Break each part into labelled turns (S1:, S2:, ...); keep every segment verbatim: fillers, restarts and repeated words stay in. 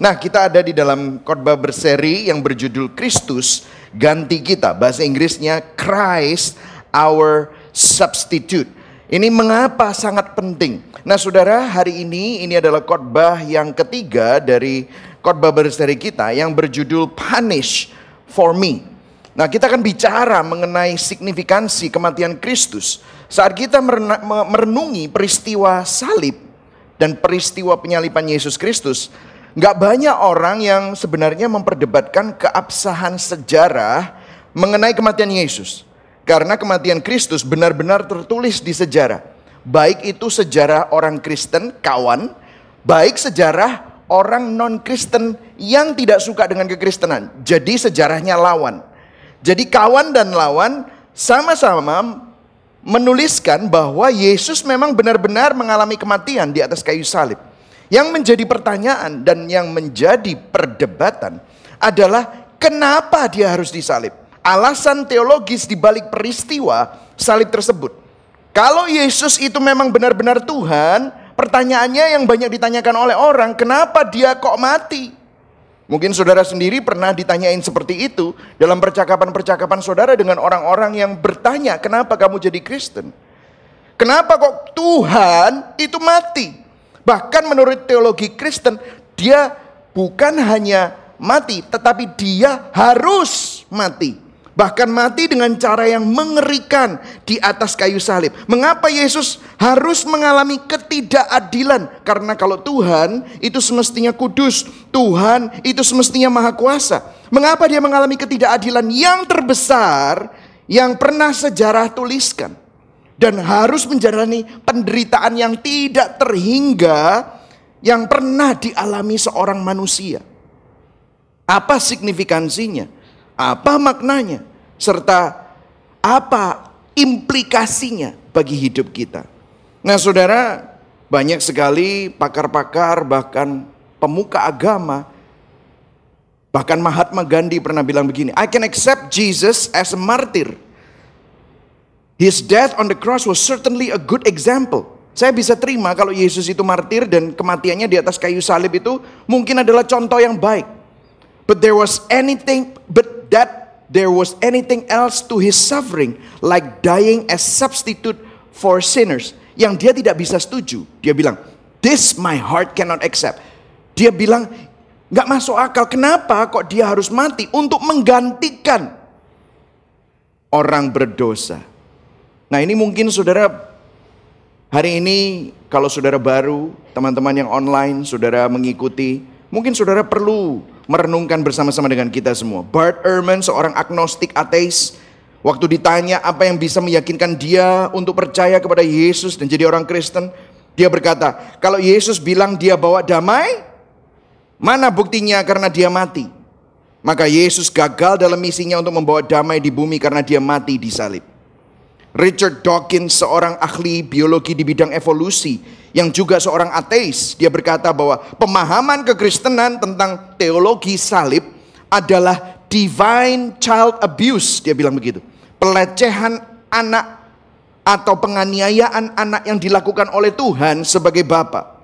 S1: Nah, kita ada di dalam khotbah berseri yang berjudul Kristus ganti kita. Bahasa Inggrisnya Christ our substitute. Ini mengapa sangat penting? Nah, saudara, hari ini ini adalah khotbah yang ketiga dari khotbah berseri kita yang berjudul Punish for Me. Nah, kita akan bicara mengenai signifikansi kematian Kristus saat kita merenungi peristiwa salib dan peristiwa penyaliban Yesus Kristus. Gak banyak orang yang sebenarnya memperdebatkan keabsahan sejarah mengenai kematian Yesus. Karena kematian Kristus benar-benar tertulis di sejarah. Baik itu sejarah orang Kristen, kawan. Baik sejarah orang non-Kristen yang tidak suka dengan kekristenan. Jadi sejarahnya lawan. Jadi kawan dan lawan sama-sama menuliskan bahwa Yesus memang benar-benar mengalami kematian di atas kayu salib. Yang menjadi pertanyaan dan yang menjadi perdebatan adalah kenapa dia harus disalib. Alasan teologis di balik peristiwa salib tersebut. Kalau Yesus itu memang benar-benar Tuhan, pertanyaannya yang banyak ditanyakan oleh orang, kenapa dia kok mati? Mungkin saudara sendiri pernah ditanyain seperti itu dalam percakapan-percakapan saudara dengan orang-orang yang bertanya, kenapa kamu jadi Kristen? Kenapa kok Tuhan itu mati? Bahkan menurut teologi Kristen, dia bukan hanya mati, tetapi dia harus mati. Bahkan mati dengan cara yang mengerikan di atas kayu salib. Mengapa Yesus harus mengalami ketidakadilan? Karena kalau Tuhan itu semestinya kudus, Tuhan itu semestinya maha kuasa. Mengapa dia mengalami ketidakadilan yang terbesar yang pernah sejarah tuliskan? Dan harus menjalani penderitaan yang tidak terhingga yang pernah dialami seorang manusia. Apa signifikansinya? Apa maknanya? Serta apa implikasinya bagi hidup kita? Nah, saudara, banyak sekali pakar-pakar, bahkan pemuka agama, bahkan Mahatma Gandhi pernah bilang begini, I can accept Jesus as a martyr. His death on the cross was certainly a good example. Saya bisa terima kalau Yesus itu martir dan kematiannya di atas kayu salib itu mungkin adalah contoh yang baik. But there was anything, but that there was anything else to his suffering, like dying as substitute for sinners. Yang dia tidak bisa setuju. Dia bilang, this my heart cannot accept. Dia bilang, gak masuk akal. Kenapa kok dia harus mati untuk menggantikan orang berdosa? Nah, ini mungkin saudara hari ini kalau saudara baru, teman-teman yang online, saudara mengikuti, mungkin saudara perlu merenungkan bersama-sama dengan kita semua. Bart Ehrman, seorang agnostik ateis, waktu ditanya apa yang bisa meyakinkan dia untuk percaya kepada Yesus dan jadi orang Kristen, dia berkata, kalau Yesus bilang dia bawa damai, mana buktinya karena dia mati? Maka Yesus gagal dalam misinya untuk membawa damai di bumi karena dia mati di salib. Richard Dawkins, seorang ahli biologi di bidang evolusi yang juga seorang ateis, dia berkata bahwa pemahaman kekristenan tentang teologi salib adalah divine child abuse. Dia bilang begitu, pelecehan anak atau penganiayaan anak yang dilakukan oleh Tuhan sebagai Bapa.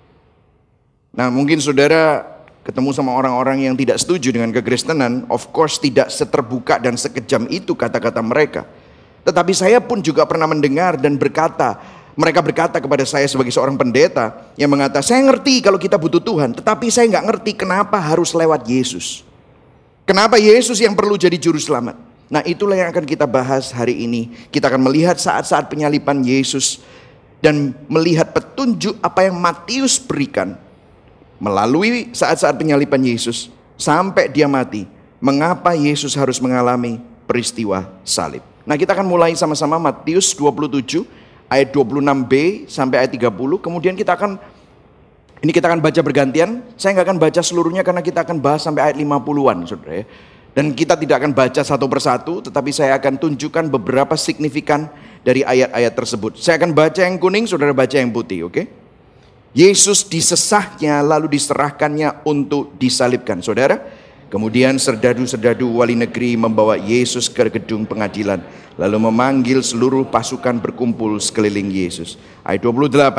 S1: Nah, mungkin saudara ketemu sama orang-orang yang tidak setuju dengan kekristenan, of course tidak seterbuka dan sekejam itu kata-kata mereka. Tetapi saya pun juga pernah mendengar dan berkata, mereka berkata kepada saya sebagai seorang pendeta yang mengatakan, saya ngerti kalau kita butuh Tuhan, tetapi saya nggak ngerti kenapa harus lewat Yesus. Kenapa Yesus yang perlu jadi juru selamat? Nah, itulah yang akan kita bahas hari ini. Kita akan melihat saat-saat penyaliban Yesus dan melihat petunjuk apa yang Matius berikan melalui saat-saat penyaliban Yesus sampai dia mati. Mengapa Yesus harus mengalami peristiwa salib? Nah, kita akan mulai sama-sama Matius dua puluh tujuh ayat dua puluh enam b sampai ayat tiga puluh. Kemudian kita akan ini kita akan baca bergantian. Saya nggak akan baca seluruhnya karena kita akan bahas sampai ayat lima puluhan, saudara ya. Dan kita tidak akan baca satu persatu, tetapi saya akan tunjukkan beberapa signifikan dari ayat-ayat tersebut. Saya akan baca yang kuning, saudara baca yang putih, oke? Yesus disesahnya lalu diserahkannya untuk disalibkan, saudara. Kemudian serdadu-serdadu wali negeri membawa Yesus ke gedung pengadilan, lalu memanggil seluruh pasukan berkumpul sekeliling Yesus. Ayat dua puluh delapan.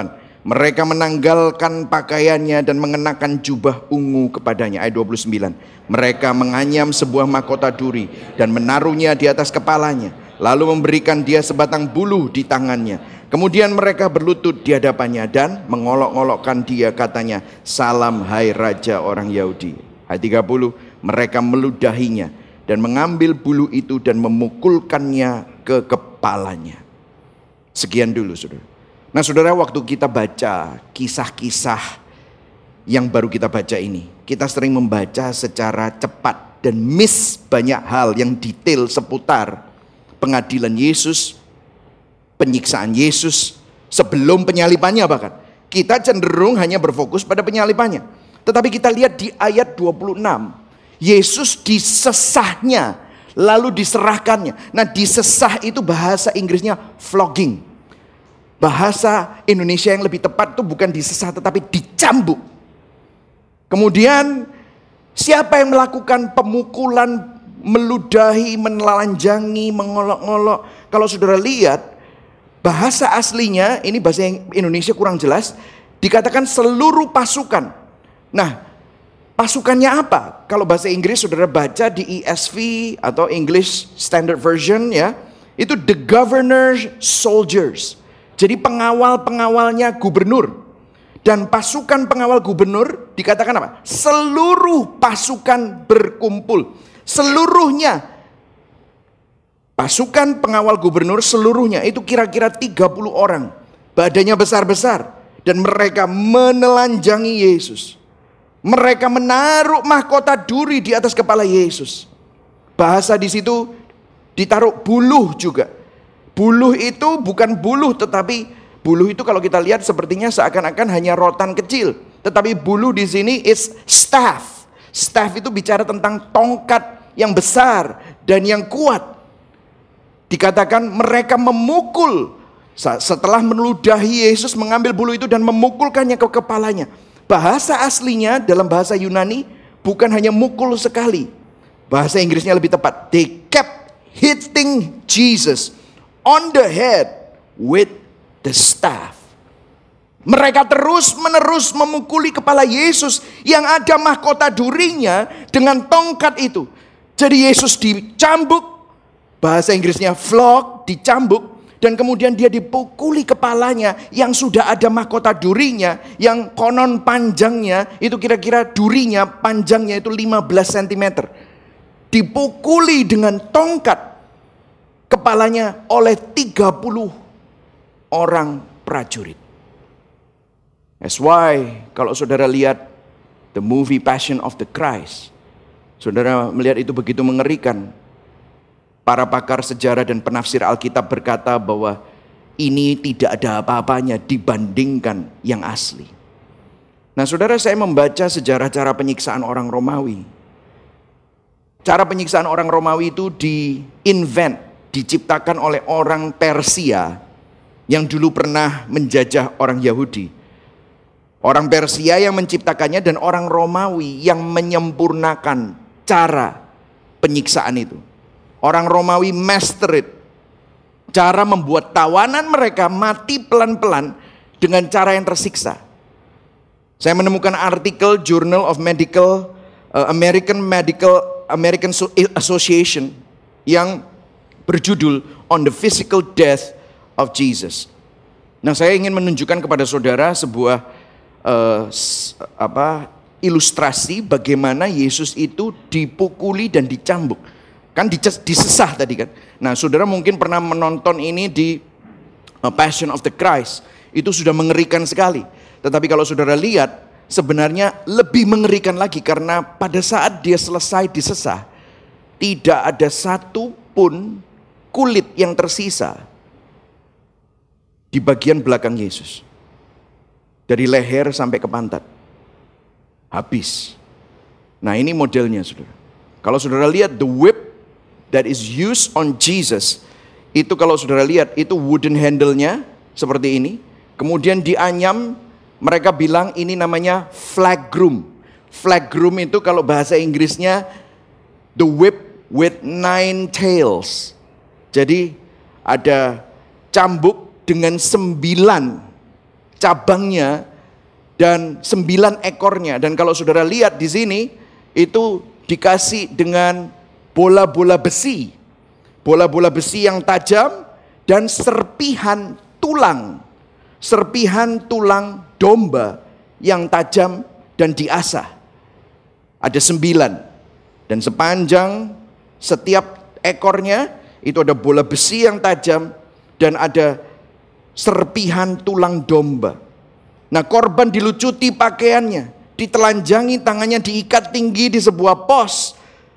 S1: Mereka menanggalkan pakaiannya dan mengenakan jubah ungu kepadanya. Ayat dua puluh sembilan. Mereka menganyam sebuah mahkota duri dan menaruhnya di atas kepalanya, lalu memberikan dia sebatang buluh di tangannya. Kemudian mereka berlutut di hadapannya dan mengolok-olokkan dia, katanya, "Salam hai Raja orang Yahudi." Ayat tiga puluh. Mereka meludahinya dan mengambil buluh itu dan memukulkannya ke kepalanya. Sekian dulu, saudara. Nah, saudara, waktu kita baca kisah-kisah yang baru kita baca ini, kita sering membaca secara cepat dan miss banyak hal yang detail seputar pengadilan Yesus, penyiksaan Yesus, sebelum penyalibannya bahkan. Kita cenderung hanya berfokus pada penyalibannya. Tetapi kita lihat di ayat dua puluh enam, Yesus disesahnya, lalu diserahkannya. Nah, disesah itu bahasa Inggrisnya flogging. Bahasa Indonesia yang lebih tepat itu bukan disesah tetapi dicambuk. Kemudian siapa yang melakukan pemukulan, meludahi, menelanjangi, mengolok-olok? Kalau saudara lihat bahasa aslinya, ini bahasa Indonesia kurang jelas, dikatakan seluruh pasukan. Nah, pasukannya apa? Kalau bahasa Inggris saudara baca di E S V atau English Standard Version ya, itu the governor's soldiers. Jadi pengawal-pengawalnya gubernur. Dan pasukan pengawal gubernur dikatakan apa? Seluruh pasukan berkumpul. Seluruhnya. Pasukan pengawal gubernur seluruhnya itu kira-kira tiga puluh orang. Badannya besar-besar. Dan mereka menelanjangi Yesus. Mereka menaruh mahkota duri di atas kepala Yesus. Bahasa di situ ditaruh buluh juga. Buluh itu bukan buluh, tetapi buluh itu kalau kita lihat sepertinya seakan-akan hanya rotan kecil. Tetapi buluh di sini is staff. Staff itu bicara tentang tongkat yang besar dan yang kuat. Dikatakan mereka memukul. Setelah meludahi Yesus, mengambil buluh itu dan memukulkannya ke kepalanya. Bahasa aslinya dalam bahasa Yunani bukan hanya mukul sekali. Bahasa Inggrisnya lebih tepat. They kept hitting Jesus on the head with the staff. Mereka terus menerus memukuli kepala Yesus yang ada mahkota durinya dengan tongkat itu. Jadi Yesus dicambuk, bahasa Inggrisnya flog, dicambuk. Dan kemudian dia dipukuli kepalanya yang sudah ada mahkota durinya, yang konon panjangnya itu kira-kira durinya panjangnya itu lima belas sentimeter. Dipukuli dengan tongkat kepalanya oleh tiga puluh orang prajurit. That's why kalau saudara lihat the movie Passion of the Christ, saudara melihat itu begitu mengerikan. Para pakar sejarah dan penafsir Alkitab berkata bahwa ini tidak ada apa-apanya dibandingkan yang asli. Nah, saudara, saya membaca sejarah cara penyiksaan orang Romawi. Cara penyiksaan orang Romawi itu di-invent, diciptakan oleh orang Persia yang dulu pernah menjajah orang Yahudi. Orang Persia yang menciptakannya dan orang Romawi yang menyempurnakan cara penyiksaan itu. Orang Romawi master it. Cara membuat tawanan mereka mati pelan-pelan dengan cara yang tersiksa. Saya menemukan artikel Journal of Medical uh, American Medical American Association yang berjudul On the Physical Death of Jesus. Nah, saya ingin menunjukkan kepada saudara sebuah uh, apa ilustrasi bagaimana Yesus itu dipukuli dan dicambuk. Kan disesah tadi kan. Nah, saudara mungkin pernah menonton ini di uh, Passion of the Christ. Itu sudah mengerikan sekali. Tetapi kalau saudara lihat, sebenarnya lebih mengerikan lagi karena pada saat dia selesai disesah, tidak ada satu pun kulit yang tersisa di bagian belakang Yesus. Dari leher sampai ke pantat. Habis. Nah, ini modelnya, saudara. Kalau saudara lihat the whip that is used on Jesus, itu kalau saudara lihat itu wooden handle-nya seperti ini. Kemudian dianyam, mereka bilang ini namanya flagrum. Flagrum itu kalau bahasa Inggrisnya the whip with nine tails. Jadi ada cambuk dengan sembilan cabangnya dan sembilan ekornya. Dan kalau saudara lihat di sini, itu dikasih dengan bola-bola besi. Bola-bola besi yang tajam dan serpihan tulang. Serpihan tulang domba yang tajam dan diasah. Ada sembilan. Dan sepanjang setiap ekornya itu ada bola besi yang tajam dan ada serpihan tulang domba. Nah, korban dilucuti pakaiannya, ditelanjangi tangannya, diikat tinggi di sebuah pos.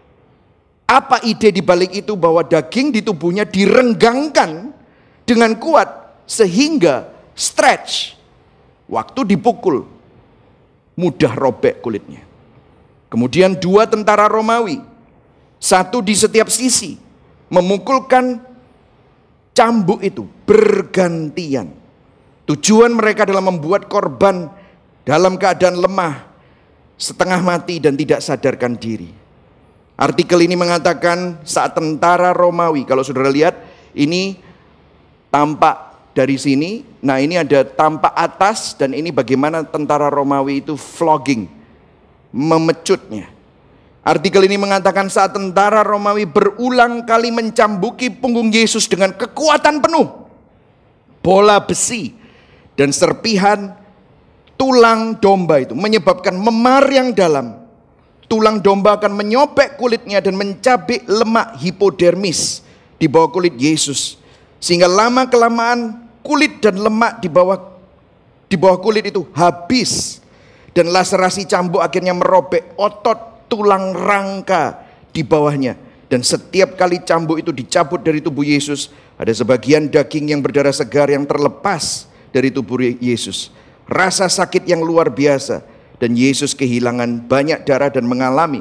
S1: Apa ide di balik itu? Bahwa daging di tubuhnya direnggangkan dengan kuat sehingga stretch. Waktu dipukul mudah robek kulitnya. Kemudian dua tentara Romawi, satu di setiap sisi, memukulkan cambuk itu bergantian. Tujuan mereka adalah membuat korban dalam keadaan lemah, setengah mati dan tidak sadarkan diri. Artikel ini mengatakan saat tentara Romawi, kalau saudara lihat ini tampak dari sini, nah ini ada tampak atas dan ini bagaimana tentara Romawi itu flogging, memecutnya. Artikel ini mengatakan saat tentara Romawi berulang kali mencambuki punggung Yesus dengan kekuatan penuh, bola besi dan serpihan tulang domba itu menyebabkan memar yang dalam. Tulang domba akan menyobek kulitnya dan mencabik lemak hipodermis di bawah kulit Yesus. Sehingga lama kelamaan kulit dan lemak di bawah di bawah kulit itu habis. Dan laserasi cambuk akhirnya merobek otot tulang rangka di bawahnya. Dan setiap kali cambuk itu dicabut dari tubuh Yesus, ada sebagian daging yang berdarah segar yang terlepas dari tubuh Yesus. Rasa sakit yang luar biasa. Dan Yesus kehilangan banyak darah dan mengalami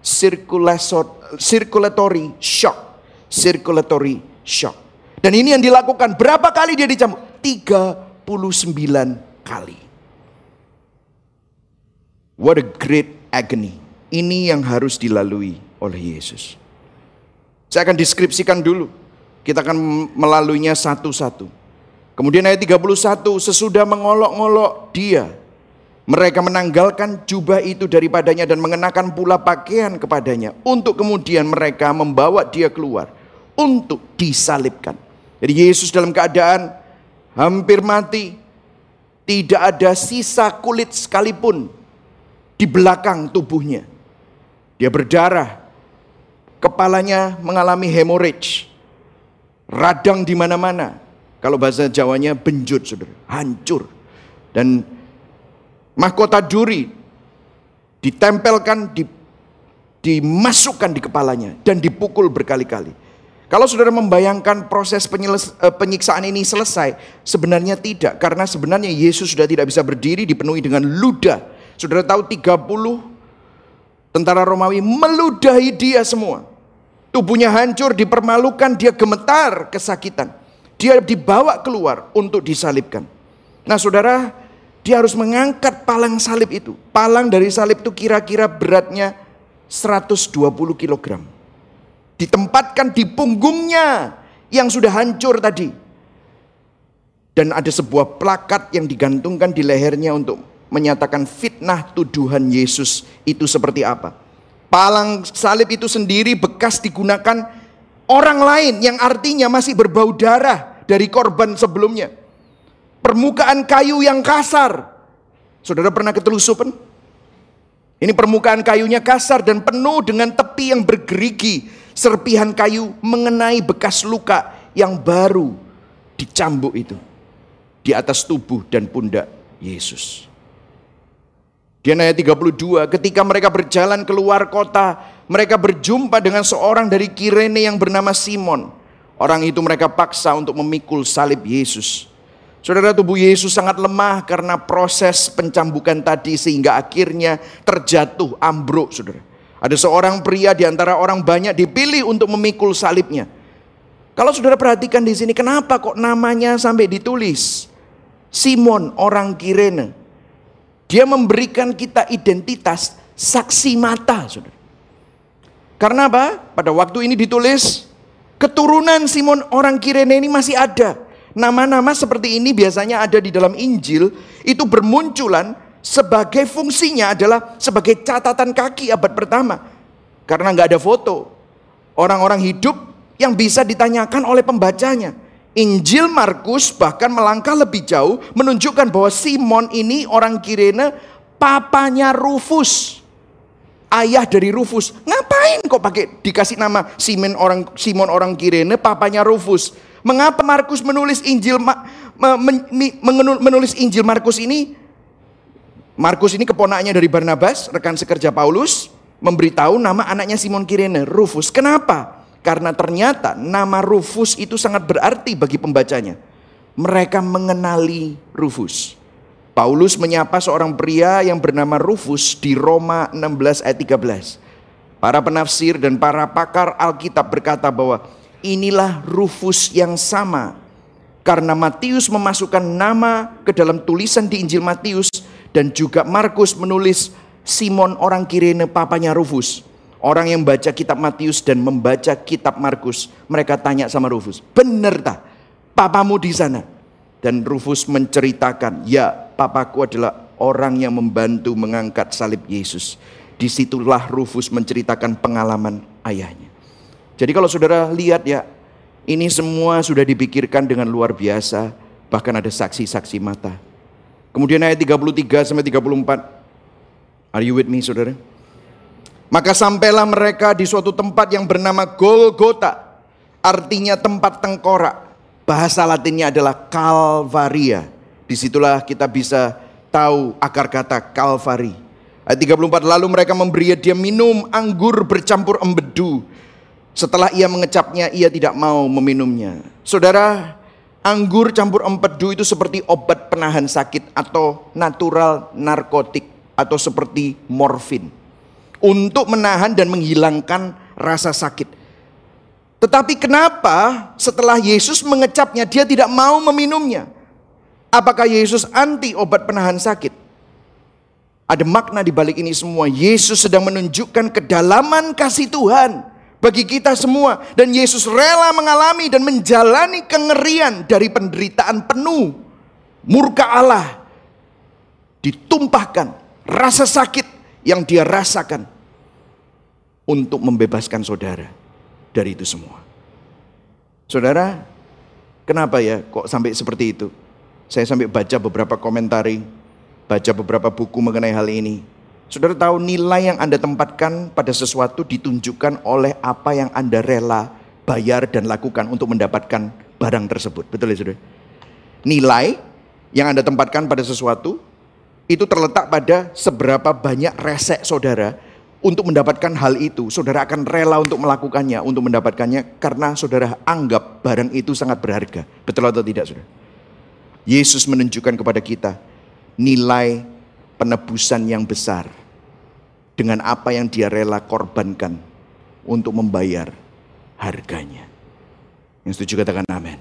S1: circulatory shock. Circulatory shock. Dan ini yang dilakukan. Berapa kali dia dicambuk? tiga puluh sembilan kali. What a great agony. Ini yang harus dilalui oleh Yesus. Saya akan deskripsikan dulu. Kita akan melaluinya satu-satu. Kemudian ayat tiga puluh satu, sesudah mengolok-ngolok dia, mereka menanggalkan jubah itu daripadanya dan mengenakan pula pakaian kepadanya. Untuk kemudian mereka membawa dia keluar untuk disalibkan. Jadi Yesus dalam keadaan hampir mati. Tidak ada sisa kulit sekalipun di belakang tubuhnya. Dia berdarah. Kepalanya mengalami hemorrhage. Radang di mana-mana. Kalau bahasa Jawanya benjut, saudara. Hancur. Dan mahkota duri ditempelkan, di, dimasukkan di kepalanya dan dipukul berkali-kali. Kalau saudara membayangkan proses penyiksaan ini selesai, sebenarnya tidak. Karena sebenarnya Yesus sudah tidak bisa berdiri, dipenuhi dengan ludah. Saudara tahu tiga puluh tentara Romawi meludahi dia semua. Tubuhnya hancur, dipermalukan, dia gemetar kesakitan. Dia dibawa keluar untuk disalibkan. Nah saudara, dia harus mengangkat palang salib itu. Palang dari salib itu kira-kira beratnya seratus dua puluh kilogram. Ditempatkan di punggungnya yang sudah hancur tadi. Dan ada sebuah plakat yang digantungkan di lehernya untuk menyatakan fitnah tuduhan Yesus itu seperti apa. Palang salib itu sendiri bekas digunakan orang lain yang artinya masih berbau darah dari korban sebelumnya. Permukaan kayu yang kasar. Saudara pernah ketelusupan? Ini permukaan kayunya kasar dan penuh dengan tepi yang bergerigi. Serpihan kayu mengenai bekas luka yang baru dicambuk itu di atas tubuh dan pundak Yesus. Di ayat tiga puluh dua, ketika mereka berjalan keluar kota, mereka berjumpa dengan seorang dari Kirene yang bernama Simon. Orang itu mereka paksa untuk memikul salib Yesus. Saudara, tubuh Yesus sangat lemah karena proses pencambukan tadi sehingga akhirnya terjatuh, ambruk, saudara. Ada seorang pria di antara orang banyak dipilih untuk memikul salibnya. Kalau saudara perhatikan di sini, kenapa kok namanya sampai ditulis Simon orang Kirene? Dia memberikan kita identitas saksi mata, saudara. Karena apa? Pada waktu ini ditulis, keturunan Simon orang Kirene ini masih ada. Nama-nama seperti ini biasanya ada di dalam Injil, itu bermunculan sebagai fungsinya adalah sebagai catatan kaki abad pertama. Karena nggak ada foto. Orang-orang hidup yang bisa ditanyakan oleh pembacanya. Injil Markus bahkan melangkah lebih jauh, menunjukkan bahwa Simon ini orang Kirene, papanya Rufus, ayah dari Rufus. Ngapain kok pakai dikasih nama Simon orang Simon orang Kirene, papanya Rufus? Mengapa Markus menulis Injil menulis Injil Markus ini? Markus ini keponakannya dari Barnabas, rekan sekerja Paulus, memberitahu nama anaknya Simon Kirene, Rufus. Kenapa? Karena ternyata nama Rufus itu sangat berarti bagi pembacanya. Mereka mengenali Rufus. Paulus menyapa seorang pria yang bernama Rufus di Roma enam belas ayat tiga belas. Para penafsir dan para pakar Alkitab berkata bahwa inilah Rufus yang sama. Karena Matius memasukkan nama ke dalam tulisan di Injil Matius, dan juga Markus menulis Simon orang Kirene, papanya Rufus. Orang yang baca kitab Matius dan membaca kitab Markus, mereka tanya sama Rufus, benar tak papamu di sana? Dan Rufus menceritakan, ya, papaku adalah orang yang membantu mengangkat salib Yesus. Disitulah Rufus menceritakan pengalaman ayahnya. Jadi kalau saudara lihat ya, ini semua sudah dipikirkan dengan luar biasa, bahkan ada saksi-saksi mata. Kemudian ayat tiga puluh tiga sampai tiga puluh empat. Are you with me, saudara? Maka sampailah mereka di suatu tempat yang bernama Golgota, artinya tempat tengkorak. Bahasa Latinnya adalah Kalvaria. Disitulah kita bisa tahu akar kata Kalvari. Ayat tiga puluh empat, lalu mereka memberi dia minum anggur bercampur empedu. Setelah ia mengecapnya, ia tidak mau meminumnya. Saudara, anggur campur empedu itu seperti obat penahan sakit atau natural narkotik atau seperti morfin, untuk menahan dan menghilangkan rasa sakit. Tetapi kenapa setelah Yesus mengecapnya dia tidak mau meminumnya? Apakah Yesus anti obat penahan sakit? Ada makna di balik ini semua. Yesus sedang menunjukkan kedalaman kasih Tuhan bagi kita semua. Dan Yesus rela mengalami dan menjalani kengerian dari penderitaan penuh murka Allah. Ditumpahkan rasa sakit yang dia rasakan untuk membebaskan saudara dari itu semua. Saudara, kenapa ya kok sampai seperti itu? Saya sampai baca beberapa komentari, baca beberapa buku mengenai hal ini. Saudara tahu nilai yang Anda tempatkan pada sesuatu ditunjukkan oleh apa yang Anda rela bayar dan lakukan untuk mendapatkan barang tersebut. Betul ya saudara? Nilai yang Anda tempatkan pada sesuatu itu terletak pada seberapa banyak resek saudara untuk mendapatkan hal itu. Saudara akan rela untuk melakukannya, untuk mendapatkannya, karena saudara anggap barang itu sangat berharga. Betul atau tidak saudara? Yesus menunjukkan kepada kita nilai penebusan yang besar dengan apa yang dia rela korbankan untuk membayar harganya. Yang setuju katakan amin.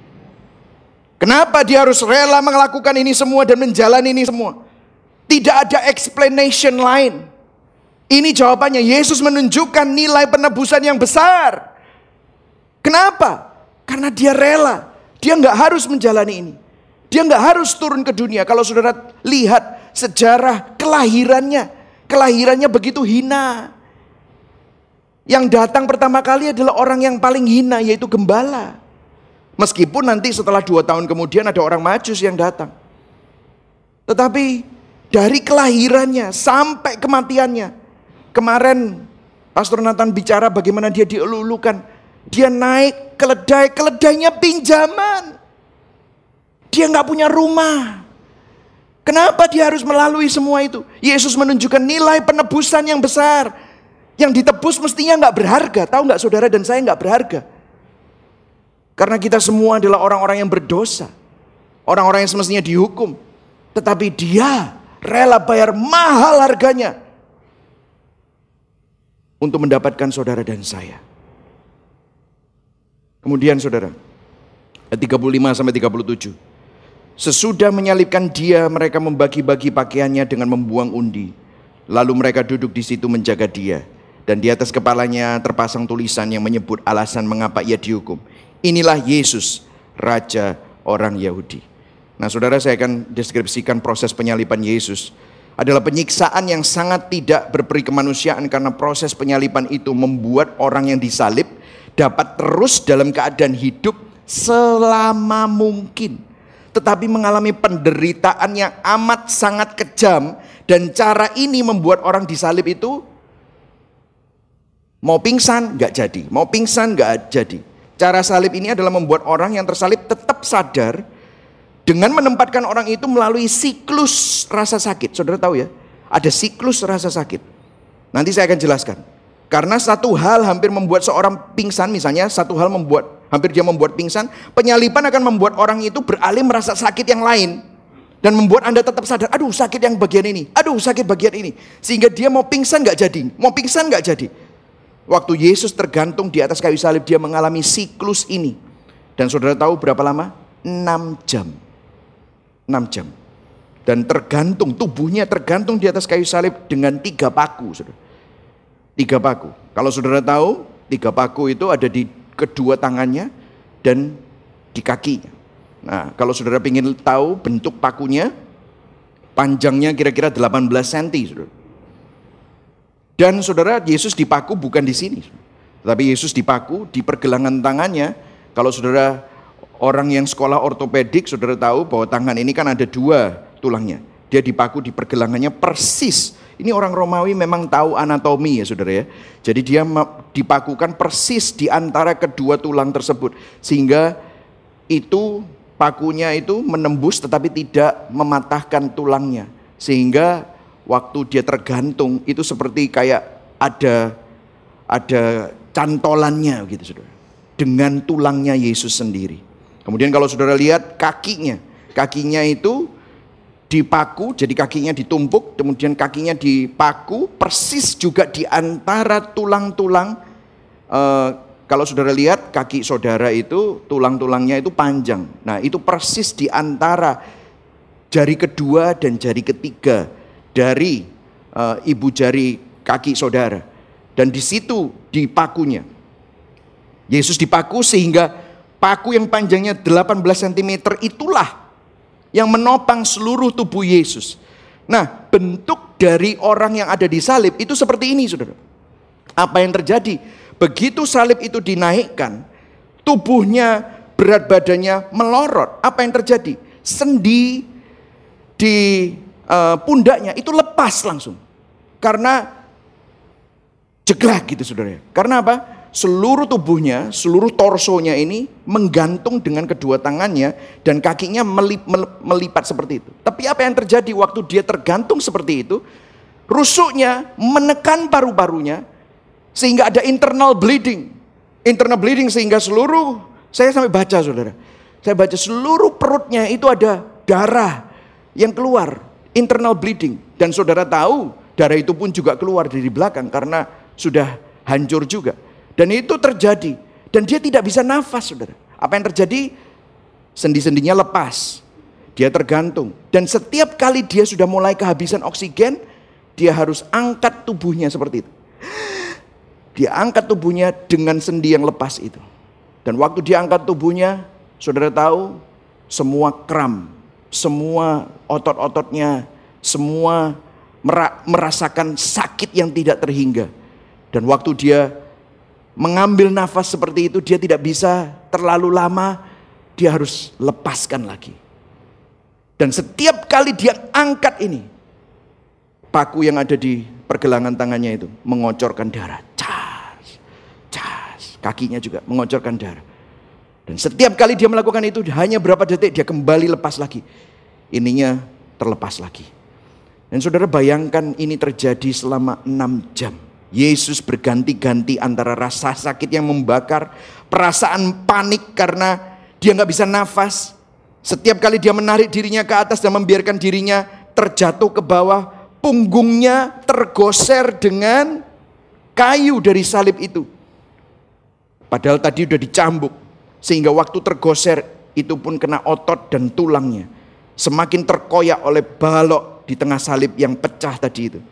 S1: Kenapa dia harus rela melakukan ini semua dan menjalani ini semua? Tidak ada explanation lain. Ini jawabannya. Yesus menunjukkan nilai penebusan yang besar. Kenapa? Karena dia rela. Dia nggak harus menjalani ini. Dia nggak harus turun ke dunia. Kalau saudara lihat sejarah kelahirannya, kelahirannya begitu hina. Yang datang pertama kali adalah orang yang paling hina, yaitu gembala. Meskipun nanti setelah dua tahun kemudian ada orang Majus yang datang. Tetapi dari kelahirannya sampai kematiannya, kemarin Pastor Nathan bicara bagaimana dia dielulukan. Dia naik keledai, keledainya pinjaman. Dia nggak punya rumah. Kenapa dia harus melalui semua itu? Yesus menunjukkan nilai penebusan yang besar. Yang ditebus mestinya nggak berharga. Tahu nggak saudara dan saya nggak berharga. Karena kita semua adalah orang-orang yang berdosa. Orang-orang yang semestinya dihukum. Tetapi dia rela bayar mahal harganya untuk mendapatkan saudara dan saya. Kemudian saudara, ayat tiga puluh lima sampai tiga puluh tujuh. Sesudah menyalibkan dia, mereka membagi-bagi pakaiannya dengan membuang undi. Lalu mereka duduk di situ menjaga dia. Dan di atas kepalanya terpasang tulisan yang menyebut alasan mengapa ia dihukum. Inilah Yesus, Raja orang Yahudi. Nah saudara, saya akan deskripsikan proses penyaliban Yesus. Adalah penyiksaan yang sangat tidak berperi kemanusiaan, karena proses penyaliban itu membuat orang yang disalib dapat terus dalam keadaan hidup selama mungkin, tetapi mengalami penderitaan yang amat sangat kejam. Dan cara ini membuat orang disalib itu mau pingsan gak jadi, mau pingsan gak jadi. Cara salib ini adalah membuat orang yang tersalib tetap sadar dengan menempatkan orang itu melalui siklus rasa sakit. Saudara tahu ya, ada siklus rasa sakit. Nanti saya akan jelaskan. Karena satu hal hampir membuat seorang pingsan, misalnya satu hal membuat hampir dia membuat pingsan, penyaliban akan membuat orang itu beralih merasa sakit yang lain dan membuat Anda tetap sadar, aduh sakit yang bagian ini, aduh sakit bagian ini, sehingga dia mau pingsan gak jadi, mau pingsan gak jadi. Waktu Yesus tergantung di atas kayu salib, dia mengalami siklus ini. Dan saudara tahu berapa lama? enam jam. enam jam. Dan tergantung, tubuhnya tergantung di atas kayu salib dengan tiga paku. Saudara. Tiga paku. Kalau saudara tahu, tiga paku itu ada di kedua tangannya dan di kakinya. Nah, kalau saudara ingin tahu bentuk pakunya, panjangnya kira-kira delapan belas sentimeter. Saudara. Dan saudara, Yesus dipaku bukan di sini, tapi Yesus dipaku di pergelangan tangannya. Kalau saudara orang yang sekolah ortopedik, saudara tahu bahwa tangan ini kan ada dua tulangnya. Dia dipaku di pergelangannya persis. Ini orang Romawi memang tahu anatomi ya saudara ya. Jadi dia dipakukan persis di antara kedua tulang tersebut. Sehingga itu pakunya itu menembus tetapi tidak mematahkan tulangnya. Sehingga waktu dia tergantung itu seperti kayak ada ada cantolannya gitu saudara. Dengan tulangnya Yesus sendiri. Kemudian kalau saudara lihat kakinya. Kakinya itu dipaku, jadi kakinya ditumpuk, kemudian kakinya dipaku persis juga di antara tulang-tulang. E, kalau saudara lihat kaki saudara itu tulang-tulangnya itu panjang. Nah itu persis di antara jari kedua dan jari ketiga dari e, ibu jari kaki saudara. Dan di situ dipakunya. Yesus dipaku sehingga paku yang panjangnya delapan belas sentimeter itulah yang menopang seluruh tubuh Yesus. Nah, bentuk dari orang yang ada di salib itu seperti ini, saudara. Apa yang terjadi? Begitu salib itu dinaikkan, tubuhnya, berat badannya melorot. Apa yang terjadi? Sendi di uh, pundaknya itu lepas langsung. Karena jeglak gitu, saudara. Karena apa? Seluruh tubuhnya, seluruh torsonya ini menggantung dengan kedua tangannya dan kakinya melip, melipat seperti itu. Tapi apa yang terjadi waktu dia tergantung seperti itu? Rusuknya menekan paru-parunya sehingga ada internal bleeding. Internal bleeding sehingga seluruh, saya sampai baca saudara. Saya baca seluruh perutnya itu ada darah yang keluar. Internal bleeding. Dan saudara tahu darah itu pun juga keluar dari belakang karena sudah hancur juga. Dan itu terjadi. Dan dia tidak bisa nafas saudara. Apa yang terjadi? Sendi-sendinya lepas. Dia tergantung. Dan setiap kali dia sudah mulai kehabisan oksigen, dia harus angkat tubuhnya seperti itu. Dia angkat tubuhnya dengan sendi yang lepas itu. Dan waktu dia angkat tubuhnya, saudara tahu, semua kram, semua otot-ototnya, semua merasakan sakit yang tidak terhingga. Dan waktu dia mengambil nafas seperti itu, dia tidak bisa terlalu lama, dia harus lepaskan lagi. Dan setiap kali dia angkat ini, paku yang ada di pergelangan tangannya itu mengocorkan darah. Cas, cas, kakinya juga mengocorkan darah. Dan setiap kali dia melakukan itu, hanya berapa detik dia kembali lepas lagi. Ininya terlepas lagi. Dan saudara bayangkan ini terjadi selama enam jam. Yesus berganti-ganti antara rasa sakit yang membakar, perasaan panik karena dia nggak bisa nafas. Setiap kali dia menarik dirinya ke atas dan membiarkan dirinya terjatuh ke bawah, punggungnya tergoser dengan kayu dari salib itu. Padahal tadi udah dicambuk, sehingga waktu tergoser itu pun kena otot dan tulangnya. Semakin terkoyak oleh balok di tengah salib yang pecah tadi itu.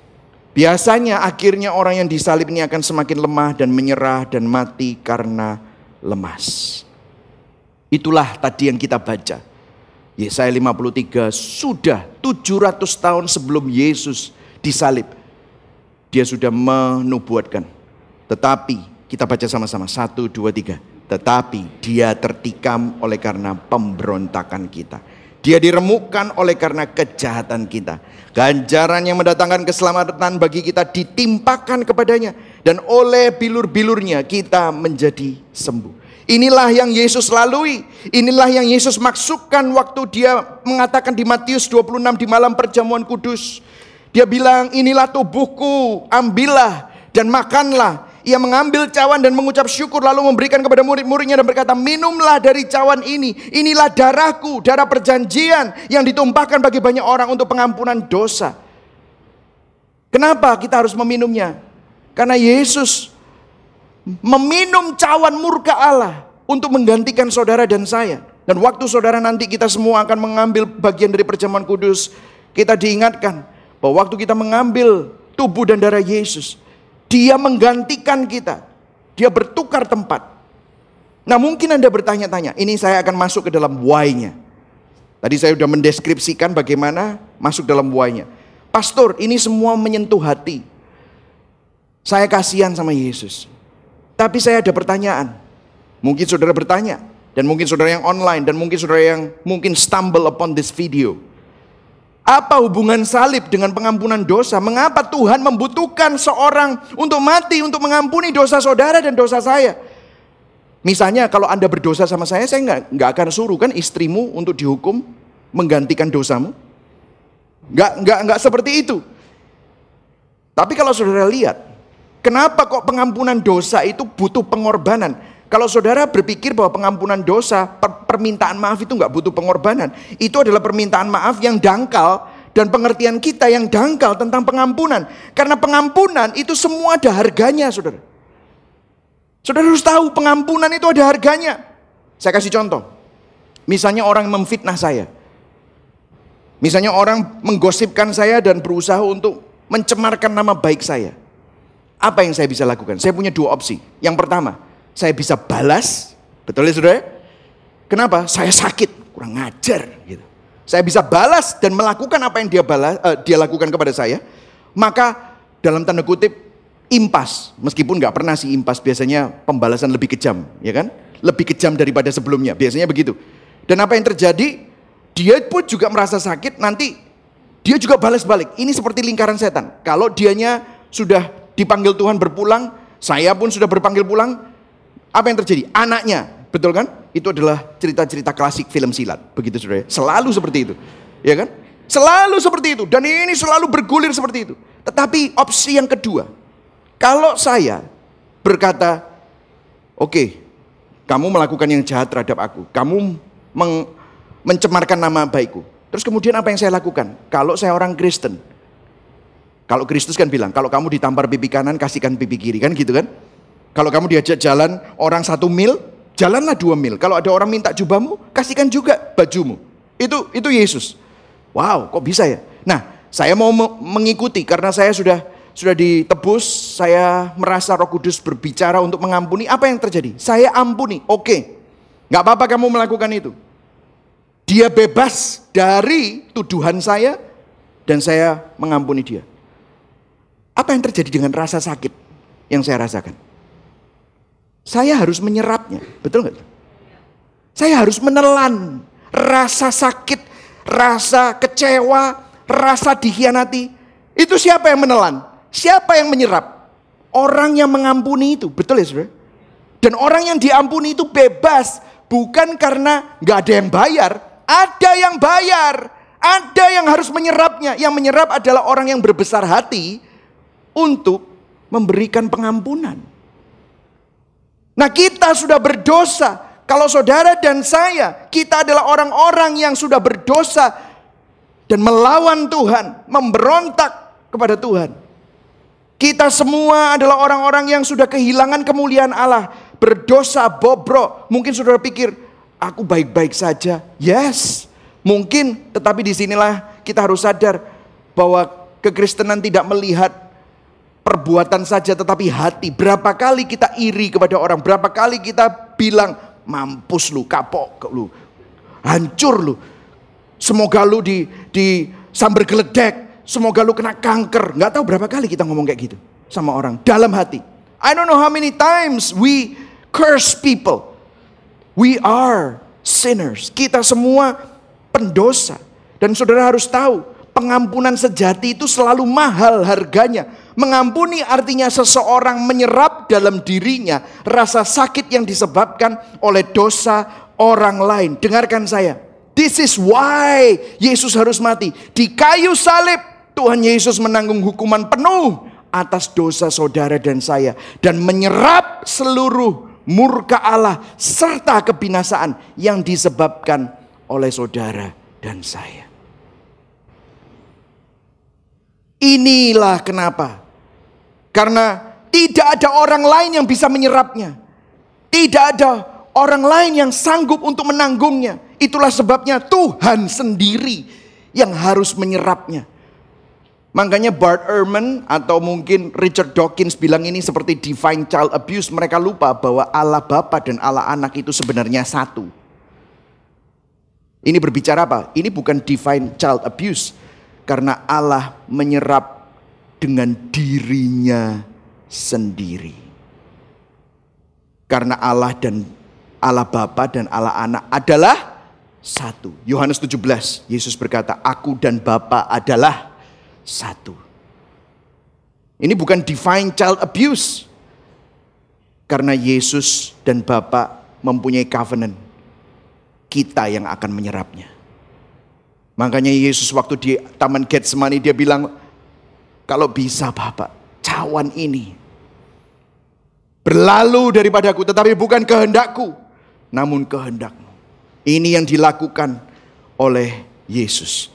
S1: Biasanya akhirnya orang yang disalib ini akan semakin lemah dan menyerah dan mati karena lemas. Itulah tadi yang kita baca. Yesaya lima puluh tiga, sudah tujuh ratus tahun sebelum Yesus disalib, dia sudah menubuatkan. Tetapi, kita baca sama-sama, satu, dua, tiga. Tetapi dia tertikam oleh karena pemberontakan kita. Dia diremukkan oleh karena kejahatan kita. Ganjaran yang mendatangkan keselamatan bagi kita ditimpakan kepadanya. Dan oleh bilur-bilurnya kita menjadi sembuh. Inilah yang Yesus lalui. Inilah yang Yesus maksudkan waktu dia mengatakan di Matius dua puluh enam di malam perjamuan kudus. Dia bilang, inilah tubuhku, ambillah dan makanlah. Ia mengambil cawan dan mengucap syukur lalu memberikan kepada murid-muridnya dan berkata, minumlah dari cawan ini. Inilah darahku, darah perjanjian yang ditumpahkan bagi banyak orang untuk pengampunan dosa. Kenapa kita harus meminumnya? Karena Yesus meminum cawan murka Allah untuk menggantikan saudara dan saya. Dan waktu saudara nanti kita semua akan mengambil bagian dari perjamuan kudus, kita diingatkan bahwa waktu kita mengambil tubuh dan darah Yesus, dia menggantikan kita. Dia bertukar tempat. Nah, mungkin Anda bertanya-tanya, ini saya akan masuk ke dalam why-nya. Tadi saya sudah mendeskripsikan bagaimana masuk dalam why-nya. Pastor, ini semua menyentuh hati. Saya kasihan sama Yesus. Tapi saya ada pertanyaan. Mungkin saudara bertanya, dan mungkin saudara yang online, dan mungkin saudara yang mungkin stumble upon this video. Apa hubungan salib dengan pengampunan dosa? Mengapa Tuhan membutuhkan seorang untuk mati, untuk mengampuni dosa saudara dan dosa saya? Misalnya kalau Anda berdosa sama saya, saya nggak nggak akan suruh kan istrimu untuk dihukum menggantikan dosamu. Nggak nggak nggak seperti itu. Tapi kalau saudara lihat, kenapa kok pengampunan dosa itu butuh pengorbanan? Kalau saudara berpikir bahwa pengampunan dosa, per permintaan maaf itu nggak butuh pengorbanan, itu adalah permintaan maaf yang dangkal dan pengertian kita yang dangkal tentang pengampunan. Karena pengampunan itu semua ada harganya, saudara. Saudara harus tahu pengampunan itu ada harganya. Saya kasih contoh. Misalnya orang memfitnah saya. Misalnya orang menggosipkan saya dan berusaha untuk mencemarkan nama baik saya. Apa yang saya bisa lakukan? Saya punya dua opsi. Yang pertama, saya bisa balas, betul ya saudara? Kenapa? Saya sakit, kurang ngajar gitu. Saya bisa balas dan melakukan apa yang dia balas, uh, dia lakukan kepada saya. Maka dalam tanda kutip impas, meskipun nggak pernah sih impas, biasanya pembalasan lebih kejam, ya kan? Lebih kejam daripada sebelumnya, biasanya begitu. Dan apa yang terjadi? Dia pun juga merasa sakit, nanti dia juga balas balik. Ini seperti lingkaran setan. Kalau dianya sudah dipanggil Tuhan berpulang, saya pun sudah berpanggil pulang. Apa yang terjadi? Anaknya, betul kan? Itu adalah cerita-cerita klasik film silat. Begitu saudara. Selalu seperti itu. Ya kan? Selalu seperti itu. Dan ini selalu bergulir seperti itu. Tetapi opsi yang kedua. Kalau saya berkata, oke, okay, kamu melakukan yang jahat terhadap aku. Kamu meng mencemarkan nama baikku. Terus kemudian apa yang saya lakukan? Kalau saya orang Kristen. Kalau Kristus kan bilang, kalau kamu ditampar pipi kanan, kasihkan pipi kiri. Kan gitu kan? Kalau kamu diajak jalan orang satu mil, jalanlah dua mil. Kalau ada orang minta jubahmu, kasihkan juga bajumu. Itu itu Yesus. Wow, kok bisa ya? Nah, saya mau mengikuti karena saya sudah sudah ditebus. Saya merasa Roh Kudus berbicara untuk mengampuni. Apa yang terjadi? Saya ampuni. Oke, nggak apa-apa kamu melakukan itu. Dia bebas dari tuduhan saya dan saya mengampuni dia. Apa yang terjadi dengan rasa sakit yang saya rasakan? Saya harus menyerapnya, betul nggak? Saya harus menelan rasa sakit, rasa kecewa, rasa dikhianati. Itu siapa yang menelan? Siapa yang menyerap? Orang yang mengampuni itu, betul ya saudara? Dan orang yang diampuni itu bebas, bukan karena nggak ada yang bayar, ada yang bayar, ada yang harus menyerapnya. Yang menyerap adalah orang yang berbesar hati untuk memberikan pengampunan. Nah, kita sudah berdosa. Kalau saudara dan saya, kita adalah orang-orang yang sudah berdosa dan melawan Tuhan, memberontak kepada Tuhan. Kita semua adalah orang-orang yang sudah kehilangan kemuliaan Allah, berdosa, bobrok. Mungkin saudara pikir, aku baik-baik saja. Yes, mungkin, tetapi disinilah kita harus sadar bahwa kekristenan tidak melihat perbuatan saja tetapi hati. Berapa kali kita iri kepada orang, berapa kali kita bilang mampus lu, kapok lu, hancur lu. Semoga lu di di sambar geledek, semoga lu kena kanker. Nggak tahu berapa kali kita ngomong kayak gitu sama orang dalam hati. I don't know how many times we curse people. We are sinners. Kita semua pendosa. Dan saudara harus tahu, pengampunan sejati itu selalu mahal harganya. Mengampuni artinya seseorang menyerap dalam dirinya rasa sakit yang disebabkan oleh dosa orang lain. Dengarkan saya. This is why Yesus harus mati. Di kayu salib, Tuhan Yesus menanggung hukuman penuh atas dosa saudara dan saya. Dan menyerap seluruh murka Allah serta kebinasaan yang disebabkan oleh saudara dan saya. Inilah kenapa. Karena tidak ada orang lain yang bisa menyerapnya. Tidak ada orang lain yang sanggup untuk menanggungnya. Itulah sebabnya Tuhan sendiri yang harus menyerapnya. Makanya Bart Ehrman atau mungkin Richard Dawkins bilang ini seperti divine child abuse. Mereka lupa bahwa Allah Bapa dan Allah Anak itu sebenarnya satu. Ini berbicara apa? Ini bukan divine child abuse. Karena Allah menyerap dengan dirinya sendiri. Karena Allah dan Allah Bapa dan Allah Anak adalah satu. Yohanes tujuh belas, Yesus berkata, aku dan Bapa adalah satu. Ini bukan divine child abuse. Karena Yesus dan Bapa mempunyai covenant. Kita yang akan menyerapnya. Makanya Yesus waktu di Taman Getsemani dia bilang, kalau bisa Bapak, cawan ini berlalu daripadaku, tetapi bukan kehendakku, namun kehendakmu. Ini yang dilakukan oleh Yesus.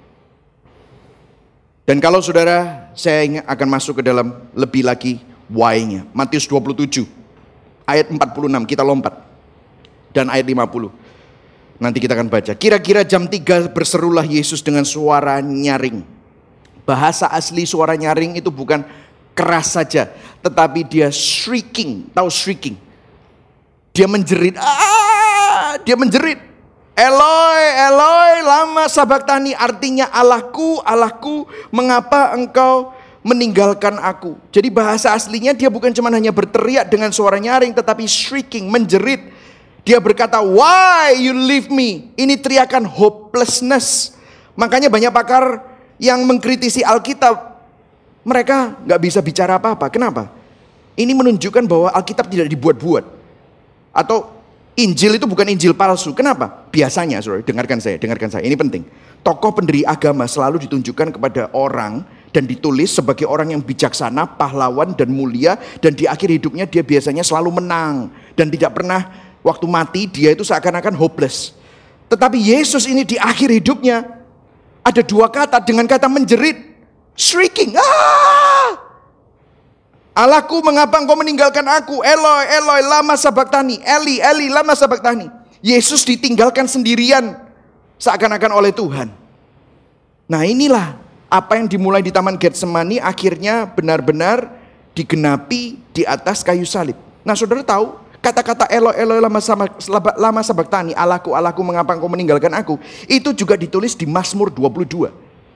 S1: Dan kalau saudara, saya akan masuk ke dalam lebih lagi why-nya. Matius dua puluh tujuh, ayat empat puluh enam, kita lompat. Dan ayat lima puluh. Nanti kita akan baca. Kira-kira jam tiga berserulah Yesus dengan suara nyaring. Bahasa asli suara nyaring itu bukan keras saja, tetapi dia shrieking. Tahu shrieking? Dia menjerit. Ah, dia menjerit. Eloi, Eloi, lama sabachthani. Artinya Allahku, Allahku, mengapa engkau meninggalkan aku? Jadi bahasa aslinya dia bukan cuma hanya berteriak dengan suara nyaring, tetapi shrieking, menjerit. Dia berkata, why you leave me? Ini teriakan hopelessness. Makanya banyak pakar yang mengkritisi Alkitab, mereka gak bisa bicara apa-apa. Kenapa? Ini menunjukkan bahwa Alkitab tidak dibuat-buat. Atau Injil itu bukan Injil palsu. Kenapa? Biasanya, saudara, dengarkan saya, dengarkan saya. Ini penting. Tokoh pendiri agama selalu ditunjukkan kepada orang dan ditulis sebagai orang yang bijaksana, pahlawan dan mulia. Dan di akhir hidupnya dia biasanya selalu menang. Dan tidak pernah waktu mati dia itu seakan-akan hopeless. Tetapi Yesus ini di akhir hidupnya ada dua kata dengan kata menjerit, shrieking. Ah! Allahku, mengapa engkau meninggalkan aku? Eloi, Eloi, lama sabachthani. Eli, Eli, lama sabachthani. Yesus ditinggalkan sendirian seakan-akan oleh Tuhan. Nah, inilah apa yang dimulai di Taman Getsemani akhirnya benar-benar digenapi di atas kayu salib. Nah, saudara tahu kata-kata Eloi, Eloi, lama, lama sabachthani, Allahku, Allahku, mengapa engkau meninggalkan aku? Itu juga ditulis di Mazmur dua puluh dua.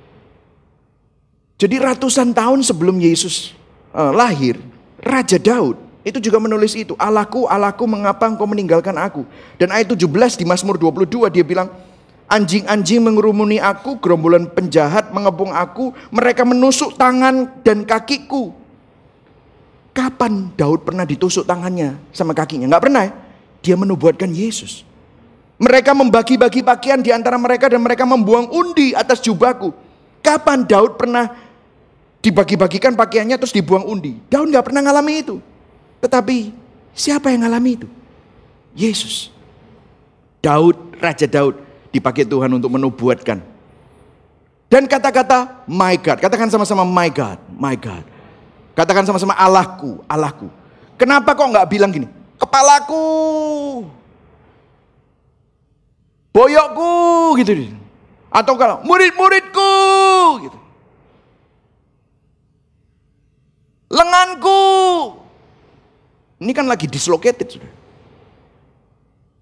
S1: Jadi ratusan tahun sebelum Yesus uh, lahir, Raja Daud itu juga menulis itu. Allahku, Allahku, mengapa engkau meninggalkan aku? Dan ayat tujuh belas di Mazmur dua puluh dua dia bilang, anjing-anjing mengerumuni aku, gerombolan penjahat mengepung aku, mereka menusuk tangan dan kakiku. Kapan Daud pernah ditusuk tangannya sama kakinya? Nggak pernah. Dia menubuatkan Yesus. Mereka membagi-bagi pakaian di antara mereka dan mereka membuang undi atas jubahku. Kapan Daud pernah dibagi-bagikan pakaiannya terus dibuang undi? Daud nggak pernah ngalami itu. Tetapi siapa yang ngalami itu? Yesus. Daud, Raja Daud dipakai Tuhan untuk menubuatkan. Dan kata-kata my God, katakan sama-sama my God, my God. Katakan sama-sama Allahku, Allahku. Kenapa kok nggak bilang gini? Kepalaku, boyokku, gitu. Atau kalau murid-muridku, gitu. Lenganku. Ini kan lagi dislocated, sudah.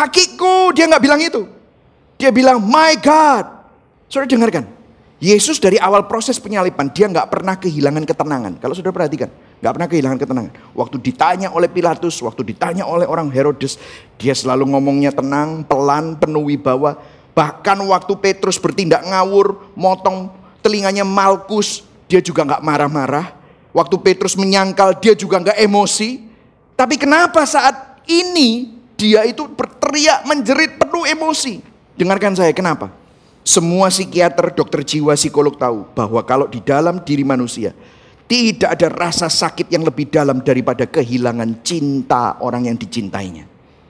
S1: kakiku. Dia nggak bilang itu. Dia bilang, my God. Saudara dengarkan. Yesus dari awal proses penyaliban, dia nggak pernah kehilangan ketenangan. Kalau saudara perhatikan, nggak pernah kehilangan ketenangan. Waktu ditanya oleh Pilatus, waktu ditanya oleh orang Herodes, dia selalu ngomongnya tenang, pelan, penuh wibawa. Bahkan waktu Petrus bertindak ngawur, motong telinganya Malkus, dia juga nggak marah-marah. Waktu Petrus menyangkal, dia juga nggak emosi. Tapi kenapa saat ini dia itu berteriak, menjerit, penuh emosi? Dengarkan saya, kenapa? Semua psikiater, dokter jiwa, psikolog tahu bahwa kalau di dalam diri manusia tidak ada rasa sakit yang lebih dalam daripada kehilangan cinta orang yang dicintainya.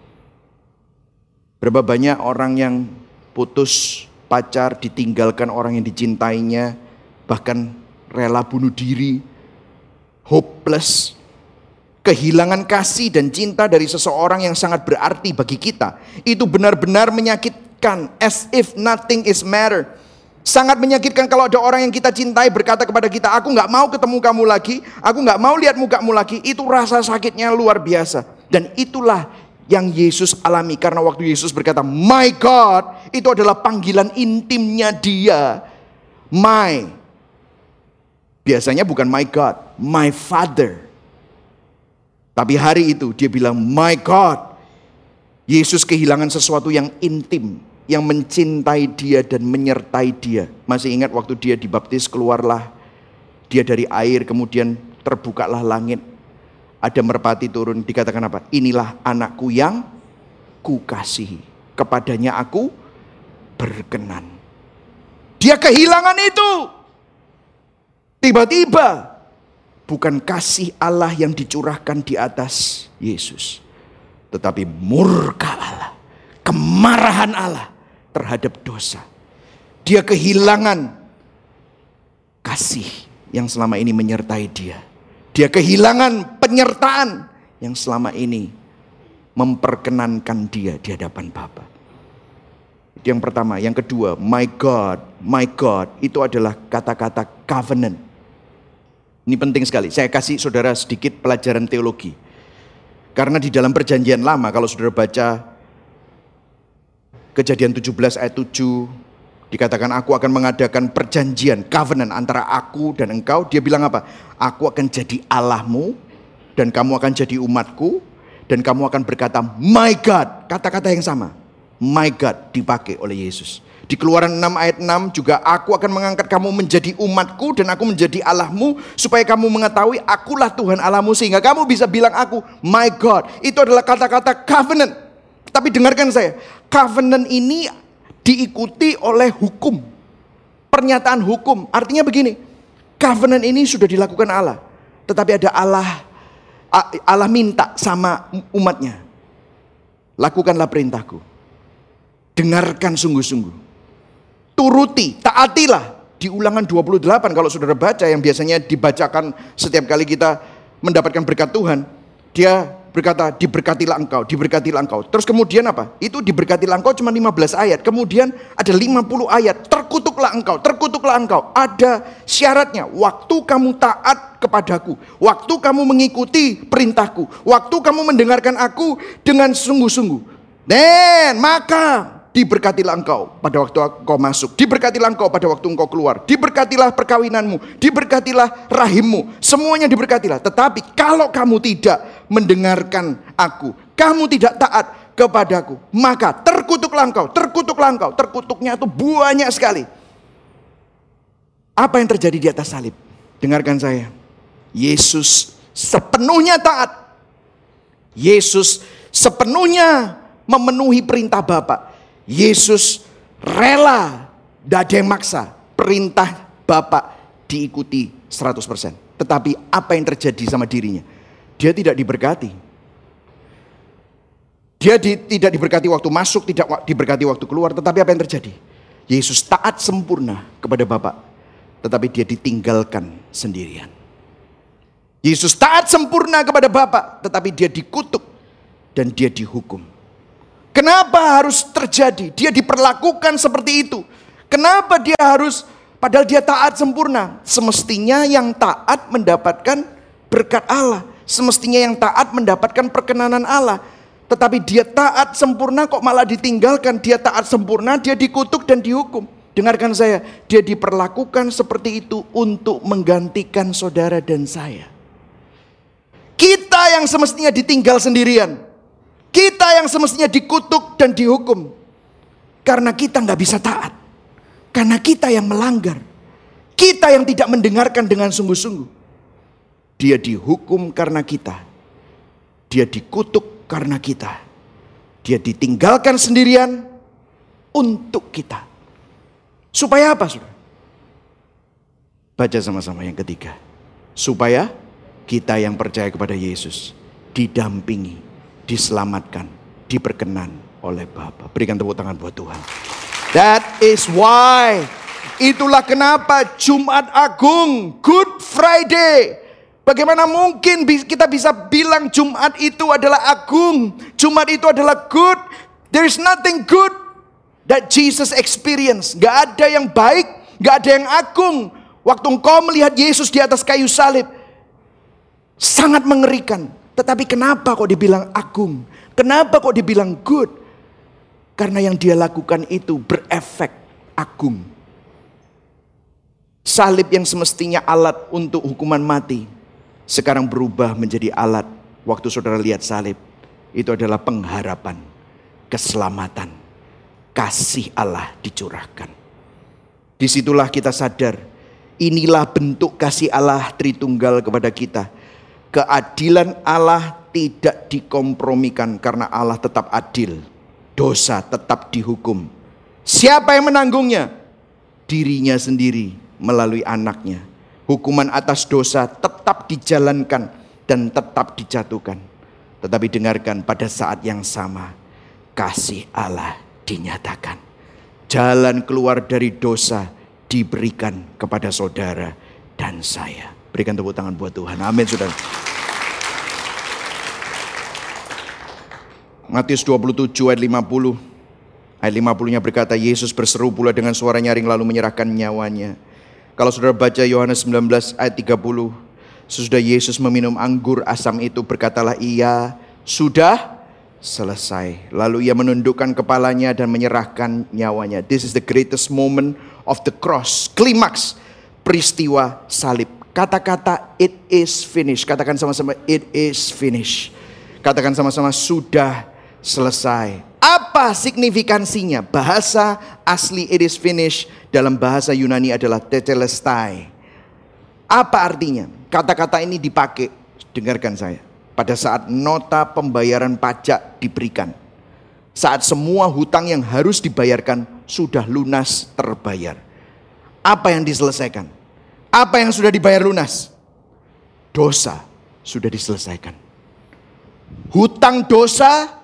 S1: Berapa banyak orang yang putus pacar, ditinggalkan orang yang dicintainya, bahkan rela bunuh diri, hopeless. Kehilangan kasih dan cinta dari seseorang yang sangat berarti bagi kita, itu benar-benar menyakitkan. As if nothing is matter. Sangat menyakitkan kalau ada orang yang kita cintai berkata kepada kita, aku gak mau ketemu kamu lagi, aku gak mau lihat mukamu lagi. Itu rasa sakitnya luar biasa. Dan itulah yang Yesus alami. Karena waktu Yesus berkata, my God, itu adalah panggilan intimnya dia. My. Biasanya bukan my God, my Father. Tapi hari itu dia bilang, my God. Yesus kehilangan sesuatu yang intim, yang mencintai dia dan menyertai dia. Masih ingat waktu dia dibaptis, keluarlah dia dari air, kemudian terbukalah langit. Ada merpati turun, dikatakan apa? Inilah anakku yang kukasihi, kepadanya aku berkenan. Dia kehilangan itu. Tiba-tiba bukan kasih Allah yang dicurahkan di atas Yesus, tetapi murka Allah, kemarahan Allah terhadap dosa. Dia kehilangan kasih yang selama ini menyertai dia. Dia kehilangan penyertaan yang selama ini memperkenankan dia di hadapan Bapa. Itu yang pertama. Yang kedua, my God, my God, itu adalah kata-kata covenant. Ini penting sekali. Saya kasih saudara sedikit pelajaran teologi. Karena di dalam perjanjian lama, kalau saudara baca Kejadian tujuh belas ayat tujuh, dikatakan aku akan mengadakan perjanjian, covenant antara aku dan engkau. Dia bilang apa? Aku akan jadi Allahmu dan kamu akan jadi umatku, dan kamu akan berkata my God. Kata-kata yang sama, my God, dipakai oleh Yesus. Di Keluaran enam ayat enam juga, aku akan mengangkat kamu menjadi umatku dan aku menjadi Allahmu, supaya kamu mengetahui akulah Tuhan Allahmu, sehingga kamu bisa bilang aku my God. Itu adalah kata-kata covenant. Tapi dengarkan saya, covenant ini diikuti oleh hukum, pernyataan hukum. Artinya begini, covenant ini sudah dilakukan Allah, tetapi ada Allah, Allah minta sama umatnya, lakukanlah perintahku, dengarkan sungguh-sungguh, turuti, taatilah. Di Ulangan dua puluh delapan kalau saudara baca, yang biasanya dibacakan setiap kali kita mendapatkan berkat Tuhan, dia berkata diberkatilah engkau, diberkatilah engkau. Terus kemudian apa? Itu diberkatilah engkau cuma lima belas ayat. Kemudian ada lima puluh ayat, terkutuklah engkau, terkutuklah engkau. Ada syaratnya, waktu kamu taat kepadaku, waktu kamu mengikuti perintahku, waktu kamu mendengarkan aku dengan sungguh-sungguh, dan maka diberkatilah engkau pada waktu engkau masuk, diberkatilah engkau pada waktu engkau keluar, diberkatilah perkawinanmu, diberkatilah rahimmu, semuanya diberkatilah. Tetapi kalau kamu tidak mendengarkan aku, kamu tidak taat kepadaku, maka terkutuklah engkau, terkutuklah engkau. Terkutuknya itu banyak sekali. Apa yang terjadi di atas salib? Dengarkan saya. Yesus sepenuhnya taat. Yesus sepenuhnya memenuhi perintah Bapa. Yesus rela, tidak ada yang maksa, perintah Bapa diikuti seratus persen. Tetapi apa yang terjadi sama dirinya? Dia tidak diberkati. Dia di, tidak diberkati waktu masuk, tidak diberkati waktu keluar. Tetapi apa yang terjadi? Yesus taat sempurna kepada Bapa, tetapi dia ditinggalkan sendirian. Yesus taat sempurna kepada Bapa, tetapi dia dikutuk dan dia dihukum. Kenapa harus terjadi? Dia diperlakukan seperti itu. Kenapa dia harus, padahal dia taat sempurna? Semestinya yang taat mendapatkan berkat Allah. Semestinya yang taat mendapatkan perkenanan Allah. Tetapi dia taat sempurna kok malah ditinggalkan. Dia taat sempurna, dia dikutuk dan dihukum. Dengarkan saya, dia diperlakukan seperti itu untuk menggantikan saudara dan saya. Kita yang semestinya ditinggal sendirian. Kita yang semestinya dikutuk dan dihukum. Karena kita nggak bisa taat. Karena kita yang melanggar. Kita yang tidak mendengarkan dengan sungguh-sungguh. Dia dihukum karena kita. Dia dikutuk karena kita. Dia ditinggalkan sendirian untuk kita. Supaya apa, saudara? Baca sama-sama yang ketiga. Supaya kita yang percaya kepada Yesus didampingi, diselamatkan, diperkenan oleh Bapa. Berikan tepuk tangan buat Tuhan. That is why. Itulah kenapa Jumat Agung, Good Friday. Bagaimana mungkin kita bisa bilang Jumat itu adalah agung, Jumat itu adalah good. There is nothing good that Jesus experienced. Gak ada yang baik, gak ada yang agung. Waktu engkau melihat Yesus di atas kayu salib, sangat mengerikan. Tetapi kenapa kok dibilang agung? Kenapa kok dibilang good? Karena yang dia lakukan itu berefek agung. Salib yang semestinya alat untuk hukuman mati, sekarang berubah menjadi alat. Waktu saudara lihat salib, itu adalah pengharapan, keselamatan, kasih Allah dicurahkan. Disitulah kita sadar, inilah bentuk kasih Allah Tritunggal kepada kita. Keadilan Allah tidak dikompromikan karena Allah tetap adil. Dosa tetap dihukum. Siapa yang menanggungnya? Dirinya sendiri melalui anaknya. Hukuman atas dosa tetap dijalankan dan tetap dijatuhkan. Tetapi dengarkan, pada saat yang sama kasih Allah dinyatakan. Jalan keluar dari dosa diberikan kepada saudara dan saya. Berikan tepuk tangan buat Tuhan. Amin, saudara. Matius dua puluh tujuh ayat lima puluh. Ayat lima puluh-nya berkata, Yesus berseru pula dengan suara nyaring lalu menyerahkan nyawanya. Kalau saudara baca Yohanes sembilan belas ayat tiga puluh. Sesudah Yesus meminum anggur asam itu, berkatalah ia, sudah selesai. Lalu ia menundukkan kepalanya dan menyerahkan nyawanya. This is the greatest moment of the cross. Klimaks peristiwa salib. Kata-kata it is finished. Katakan sama-sama it is finished. Katakan sama-sama sudah selesai. Apa signifikansinya? Bahasa asli it is finished dalam bahasa Yunani adalah tetelestai. Apa artinya? Kata-kata ini dipakai, dengarkan saya, pada saat nota pembayaran pajak diberikan. Saat semua hutang yang harus dibayarkan sudah lunas terbayar. Apa yang diselesaikan? Apa yang sudah dibayar lunas? Dosa sudah diselesaikan. Hutang dosa,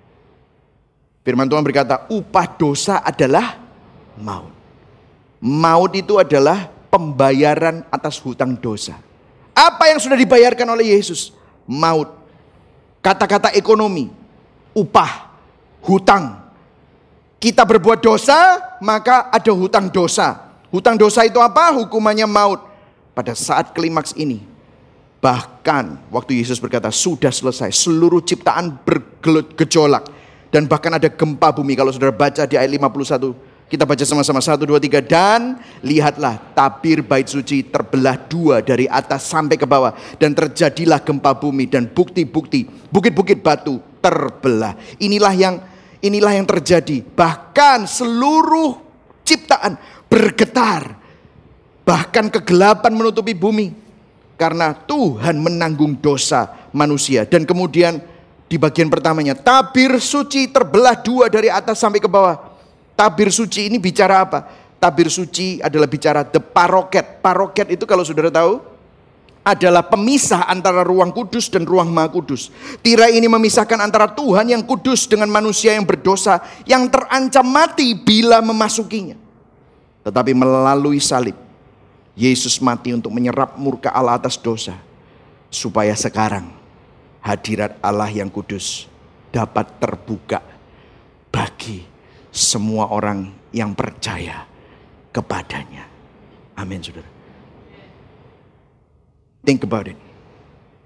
S1: firman Tuhan berkata, upah dosa adalah maut. Maut itu adalah pembayaran atas hutang dosa. Apa yang sudah dibayarkan oleh Yesus? Maut. Kata-kata ekonomi, upah, hutang. Kita berbuat dosa, maka ada hutang dosa. Hutang dosa itu apa? Hukumannya maut. Pada saat klimaks ini, bahkan waktu Yesus berkata sudah selesai, seluruh ciptaan bergejolak. Dan bahkan ada gempa bumi. Kalau saudara baca di ayat lima puluh satu, kita baca sama-sama, satu, dua, tiga. Dan lihatlah tabir bait suci terbelah dua dari atas sampai ke bawah. Dan terjadilah gempa bumi dan bukti-bukti, bukit-bukit batu terbelah. Inilah yang inilah yang terjadi. Bahkan seluruh ciptaan bergetar. Bahkan kegelapan menutupi bumi. Karena Tuhan menanggung dosa manusia. Dan kemudian di bagian pertamanya, tabir suci terbelah dua dari atas sampai ke bawah. Tabir suci ini bicara apa? Tabir suci adalah bicara the paroket. Paroket itu kalau saudara tahu adalah pemisah antara ruang kudus dan ruang maha kudus. Tirai ini memisahkan antara Tuhan yang kudus dengan manusia yang berdosa, yang terancam mati bila memasukinya. Tetapi melalui salib, Yesus mati untuk menyerap murka Allah atas dosa. Supaya sekarang hadirat Allah yang kudus dapat terbuka bagi semua orang yang percaya kepadanya. Amin, saudara. Think about it.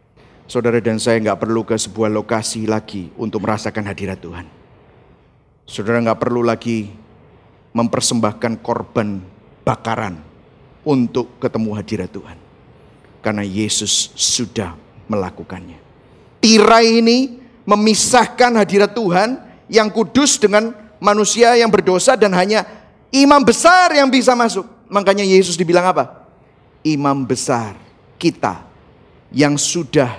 S1: saudara dan saya nggak perlu ke sebuah lokasi lagi untuk merasakan hadirat Tuhan. Saudara nggak perlu lagi mempersembahkan korban bakaran untuk ketemu hadirat Tuhan. Karena Yesus sudah melakukannya. Tirai ini memisahkan hadirat Tuhan yang kudus dengan manusia yang berdosa dan hanya imam besar yang bisa masuk. Makanya Yesus dibilang apa? Imam besar kita yang sudah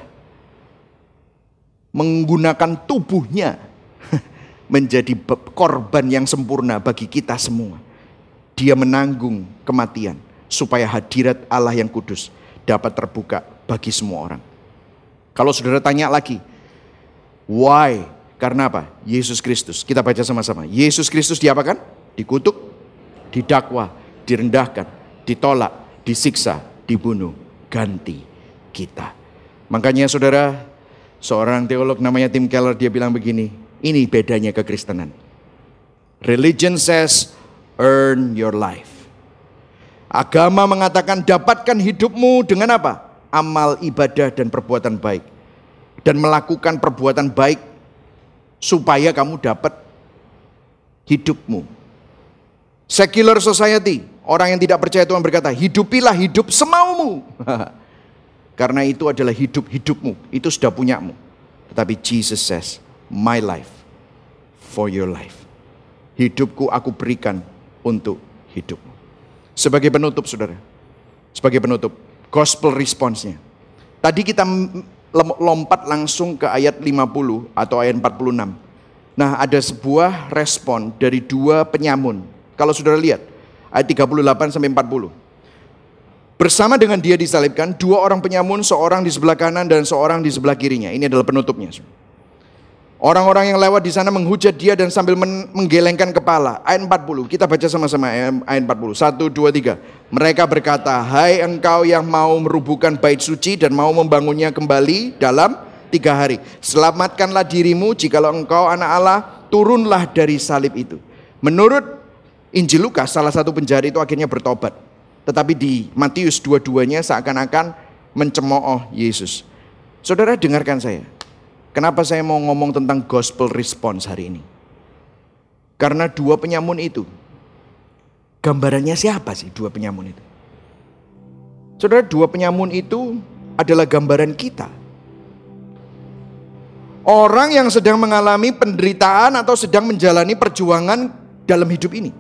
S1: menggunakan tubuhnya menjadi korban yang sempurna bagi kita semua. Dia menanggung kematian supaya hadirat Allah yang kudus dapat terbuka bagi semua orang. Kalau saudara tanya lagi, why? Karena apa? Yesus Kristus. Kita baca sama-sama. Yesus Kristus diapakan? Dikutuk, didakwa, direndahkan, ditolak, disiksa, dibunuh, ganti kita. Makanya saudara, seorang teolog namanya Tim Keller, dia bilang begini, ini bedanya kekristenan. Religion says earn your life. Agama mengatakan dapatkan hidupmu dengan apa? Amal ibadah dan perbuatan baik. Dan melakukan perbuatan baik supaya kamu dapat hidupmu. Secular society, orang yang tidak percaya Tuhan berkata, hidupilah hidup semaumu. Karena itu adalah hidup-hidupmu, itu sudah punyamu. Tetapi Jesus says, my life for your life. Hidupku aku berikan untuk hidupmu. Sebagai penutup saudara, sebagai penutup, gospel response-nya. Tadi kita lompat langsung ke ayat lima puluh atau ayat empat puluh enam. Nah, ada sebuah respon dari dua penyamun. Kalau saudara lihat, ayat tiga puluh delapan sampai empat puluh. Bersama dengan dia disalibkan, dua orang penyamun, seorang di sebelah kanan dan seorang di sebelah kirinya. Ini adalah penutupnya. Orang-orang yang lewat di sana menghujat dia dan sambil menggelengkan kepala. Ayat empat puluh, kita baca sama-sama ayat empat puluh. Satu, dua, tiga. Mereka berkata, hai engkau yang mau merubuhkan bait suci dan mau membangunnya kembali dalam tiga hari. Selamatkanlah dirimu jikalau engkau anak Allah, turunlah dari salib itu. Menurut Injil Lukas, salah satu penjara itu akhirnya bertobat. Tetapi di Matius dua-duanya seakan-akan mencemooh Yesus. Saudara dengarkan saya. Kenapa saya mau ngomong tentang gospel response hari ini? Karena dua penyamun itu, gambarannya siapa sih dua penyamun itu? Saudara, dua penyamun itu adalah gambaran kita. Orang yang sedang mengalami penderitaan atau sedang menjalani perjuangan dalam hidup ini.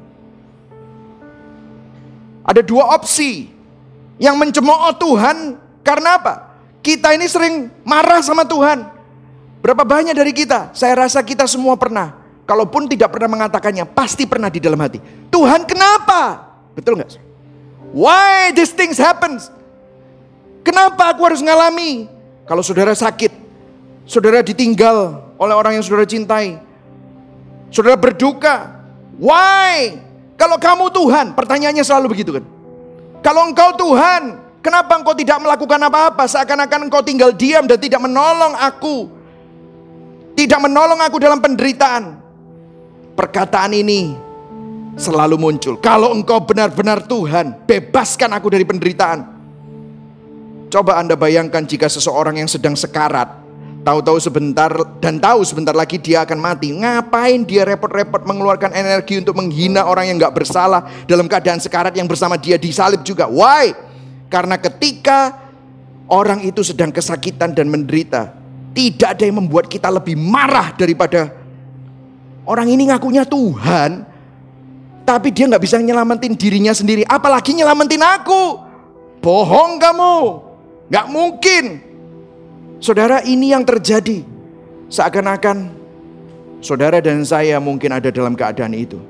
S1: Ada dua opsi. Yang mencemooh Tuhan karena apa? Kita ini sering marah sama Tuhan. Berapa banyak dari kita? Saya rasa kita semua pernah. Kalaupun tidak pernah mengatakannya, pasti pernah di dalam hati. Tuhan kenapa? Betul gak? Why these things happens? Kenapa aku harus ngalami? Kalau saudara sakit, saudara ditinggal oleh orang yang saudara cintai, saudara berduka. Why? Kalau kamu Tuhan, pertanyaannya selalu begitu kan? Kalau engkau Tuhan, kenapa engkau tidak melakukan apa-apa? Seakan-akan engkau tinggal diam dan tidak menolong aku. Tidak menolong aku dalam penderitaan. Perkataan ini selalu muncul. Kalau engkau benar-benar Tuhan, bebaskan aku dari penderitaan. Coba Anda bayangkan jika seseorang yang sedang sekarat, tahu-tahu sebentar dan tahu sebentar lagi dia akan mati. Ngapain dia repot-repot mengeluarkan energi untuk menghina orang yang gak bersalah dalam keadaan sekarat yang bersama dia disalib juga. Why? Karena ketika orang itu sedang kesakitan dan menderita, tidak ada yang membuat kita lebih marah daripada orang ini ngakunya Tuhan, tapi dia gak bisa nyelamatin dirinya sendiri, apalagi nyelamatin aku. Bohong kamu, gak mungkin. Saudara, ini yang terjadi. Seakan-akan saudara dan saya mungkin ada dalam keadaan itu.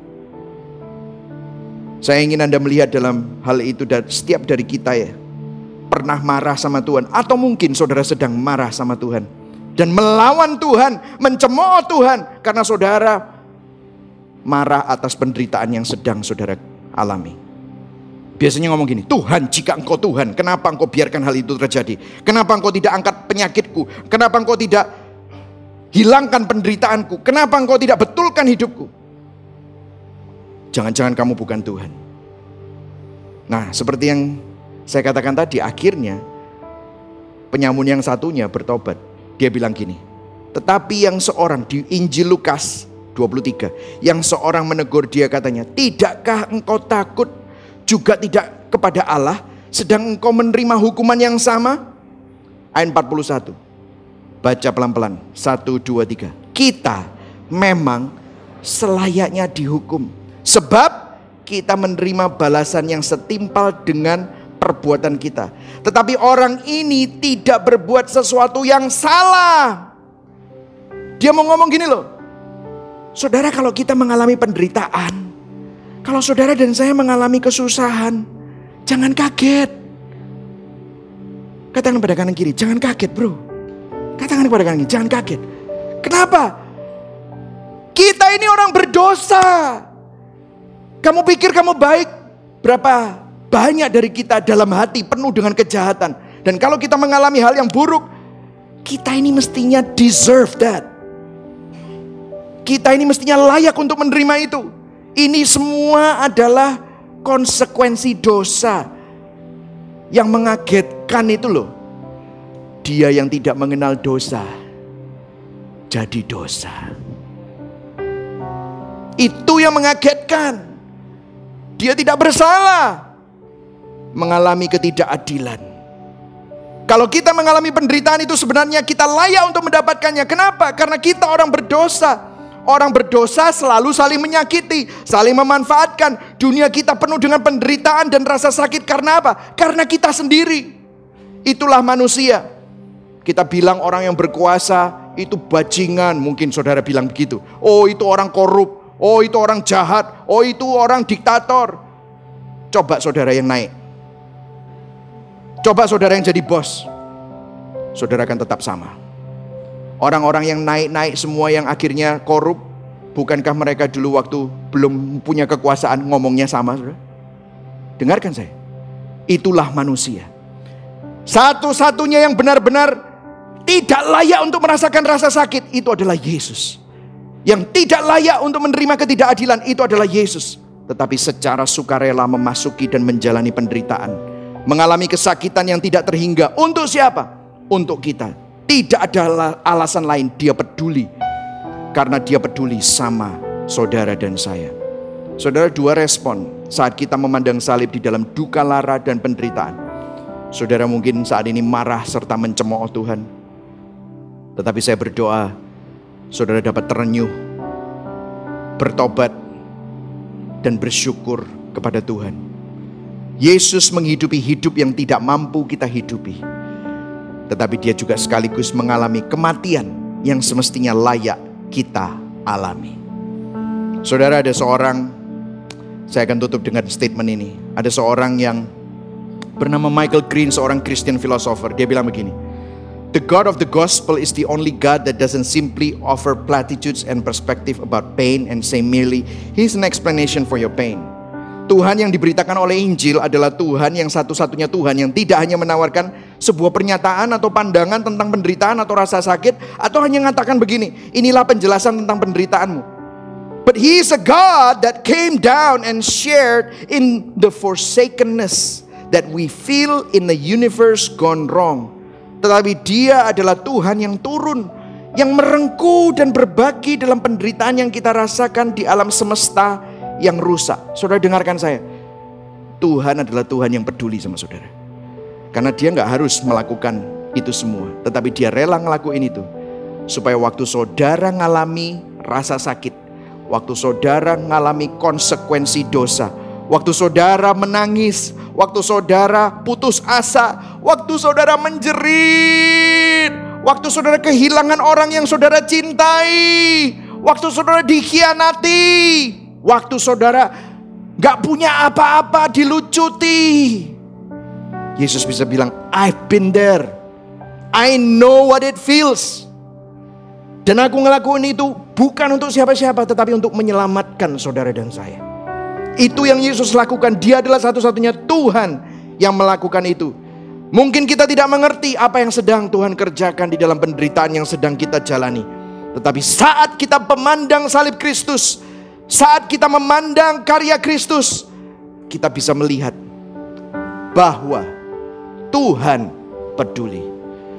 S1: Saya ingin Anda melihat dalam hal itu, dan setiap dari kita ya pernah marah sama Tuhan, atau mungkin saudara sedang marah sama Tuhan dan melawan Tuhan, mencemooh Tuhan karena saudara marah atas penderitaan yang sedang saudara alami. Biasanya ngomong gini, Tuhan, jika engkau Tuhan, kenapa engkau biarkan hal itu terjadi? Kenapa engkau tidak angkat penyakitku? Kenapa engkau tidak hilangkan penderitaanku? Kenapa engkau tidak betulkan hidupku? Jangan-jangan kamu bukan Tuhan. Nah, seperti yang saya katakan tadi, akhirnya Penyamun yang satunya bertobat. Dia bilang gini, tetapi yang seorang di Injil Lukas dua puluh tiga, yang seorang menegur dia katanya, tidakkah engkau takut juga tidak kepada Allah, sedang engkau menerima hukuman yang sama? Ayat empat puluh satu. Baca pelan-pelan. Satu, dua, tiga. Kita memang selayaknya dihukum, sebab kita menerima balasan yang setimpal dengan perbuatan kita. Tetapi orang ini tidak berbuat sesuatu yang salah. Dia mau ngomong gini loh, saudara, kalau kita mengalami penderitaan, kalau saudara dan saya mengalami kesusahan, jangan kaget. Katakan pada kanan kiri, jangan kaget bro. Katakan pada kanan kiri, jangan kaget. Kenapa? Kita ini orang berdosa. Kamu pikir kamu baik? Berapa banyak dari kita dalam hati penuh dengan kejahatan. Dan kalau kita mengalami hal yang buruk, kita ini mestinya deserve that. Kita ini mestinya layak untuk menerima itu. Ini semua adalah konsekuensi dosa. Yang mengagetkan itu loh, dia yang tidak mengenal dosa jadi dosa. Itu yang mengagetkan. Dia tidak bersalah, mengalami ketidakadilan. Kalau kita mengalami penderitaan itu sebenarnya kita layak untuk mendapatkannya. Kenapa? Karena kita orang berdosa. Orang berdosa selalu saling menyakiti, saling memanfaatkan. Dunia kita penuh dengan penderitaan dan rasa sakit. Karena apa? Karena kita sendiri. Itulah manusia. Kita bilang orang yang berkuasa itu bajingan. Mungkin saudara bilang begitu. Oh, itu orang korup. Oh, itu orang jahat. Oh, itu orang diktator. Coba saudara yang naik. Coba saudara yang jadi bos. Saudara akan tetap sama. Orang-orang yang naik-naik semua yang akhirnya korup, bukankah mereka dulu waktu belum punya kekuasaan ngomongnya sama, saudara? Dengarkan saya. Itulah manusia. Satu-satunya yang benar-benar tidak layak untuk merasakan rasa sakit itu adalah Yesus. Yang tidak layak untuk menerima ketidakadilan itu adalah Yesus. Tetapi secara sukarela memasuki dan menjalani penderitaan, mengalami kesakitan yang tidak terhingga. Untuk siapa? Untuk kita. Tidak ada alasan lain, dia peduli. Karena dia peduli sama saudara dan saya. Saudara, dua respon saat kita memandang salib di dalam duka lara dan penderitaan. Saudara mungkin saat ini marah serta mencemooh Tuhan. Tetapi saya berdoa saudara dapat terenyuh, bertobat, dan bersyukur kepada Tuhan. Yesus menghidupi hidup yang tidak mampu kita hidupi. Tetapi dia juga sekaligus mengalami kematian yang semestinya layak kita alami. Saudara, ada seorang, saya akan tutup dengan statement ini. Ada seorang yang bernama Michael Green, seorang Christian philosopher. Dia bilang begini, the God of the gospel is the only God that doesn't simply offer platitudes and perspective about pain and say merely, here's an explanation for your pain. Tuhan yang diberitakan oleh Injil adalah Tuhan yang satu-satunya Tuhan yang tidak hanya menawarkan sebuah pernyataan atau pandangan tentang penderitaan atau rasa sakit, atau hanya mengatakan begini, inilah penjelasan tentang penderitaanmu. But he is a God that came down and shared in the forsakenness that we feel in the universe gone wrong. Tetapi dia adalah Tuhan yang turun, yang merengkuh dan berbagi dalam penderitaan yang kita rasakan di alam semesta yang rusak. Saudara dengarkan saya, Tuhan adalah Tuhan yang peduli sama saudara. Karena dia gak harus melakukan itu semua, tetapi dia rela ngelakuin itu supaya waktu saudara ngalami rasa sakit, waktu saudara ngalami konsekuensi dosa, waktu saudara menangis, waktu saudara putus asa, waktu saudara menjerit, waktu saudara kehilangan orang yang saudara cintai, waktu saudara dikhianati, waktu saudara gak punya apa-apa, dilucuti, Yesus bisa bilang, I've been there, I know what it feels. Dan aku ngelakuin itu bukan untuk siapa-siapa, tetapi untuk menyelamatkan saudara dan saya. Itu yang Yesus lakukan. Dia adalah satu-satunya Tuhan yang melakukan itu. Mungkin kita tidak mengerti apa yang sedang Tuhan kerjakan di dalam penderitaan yang sedang kita jalani. Tetapi saat kita memandang salib Kristus, saat kita memandang karya Kristus, kita bisa melihat bahwa Tuhan peduli.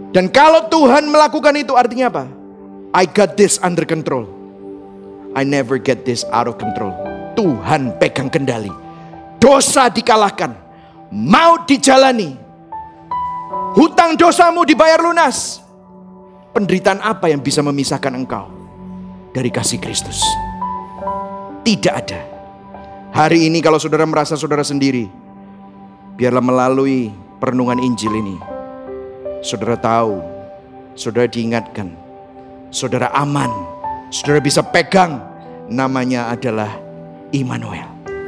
S1: Dan kalau Tuhan melakukan itu artinya apa? I got this under control. I never get this out of control. Tuhan pegang kendali. Dosa dikalahkan. Maut dijalani. Hutang dosamu dibayar lunas. Penderitaan apa yang bisa memisahkan engkau dari kasih Kristus? Tidak ada. Hari ini kalau saudara merasa saudara sendiri, biarlah melalui perenungan Injil ini, saudara tahu, saudara diingatkan, saudara aman, saudara bisa pegang, namanya adalah Immanuel.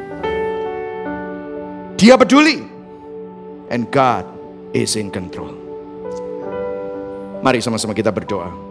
S1: Dia peduli, and God is in control. Mari sama-sama kita berdoa.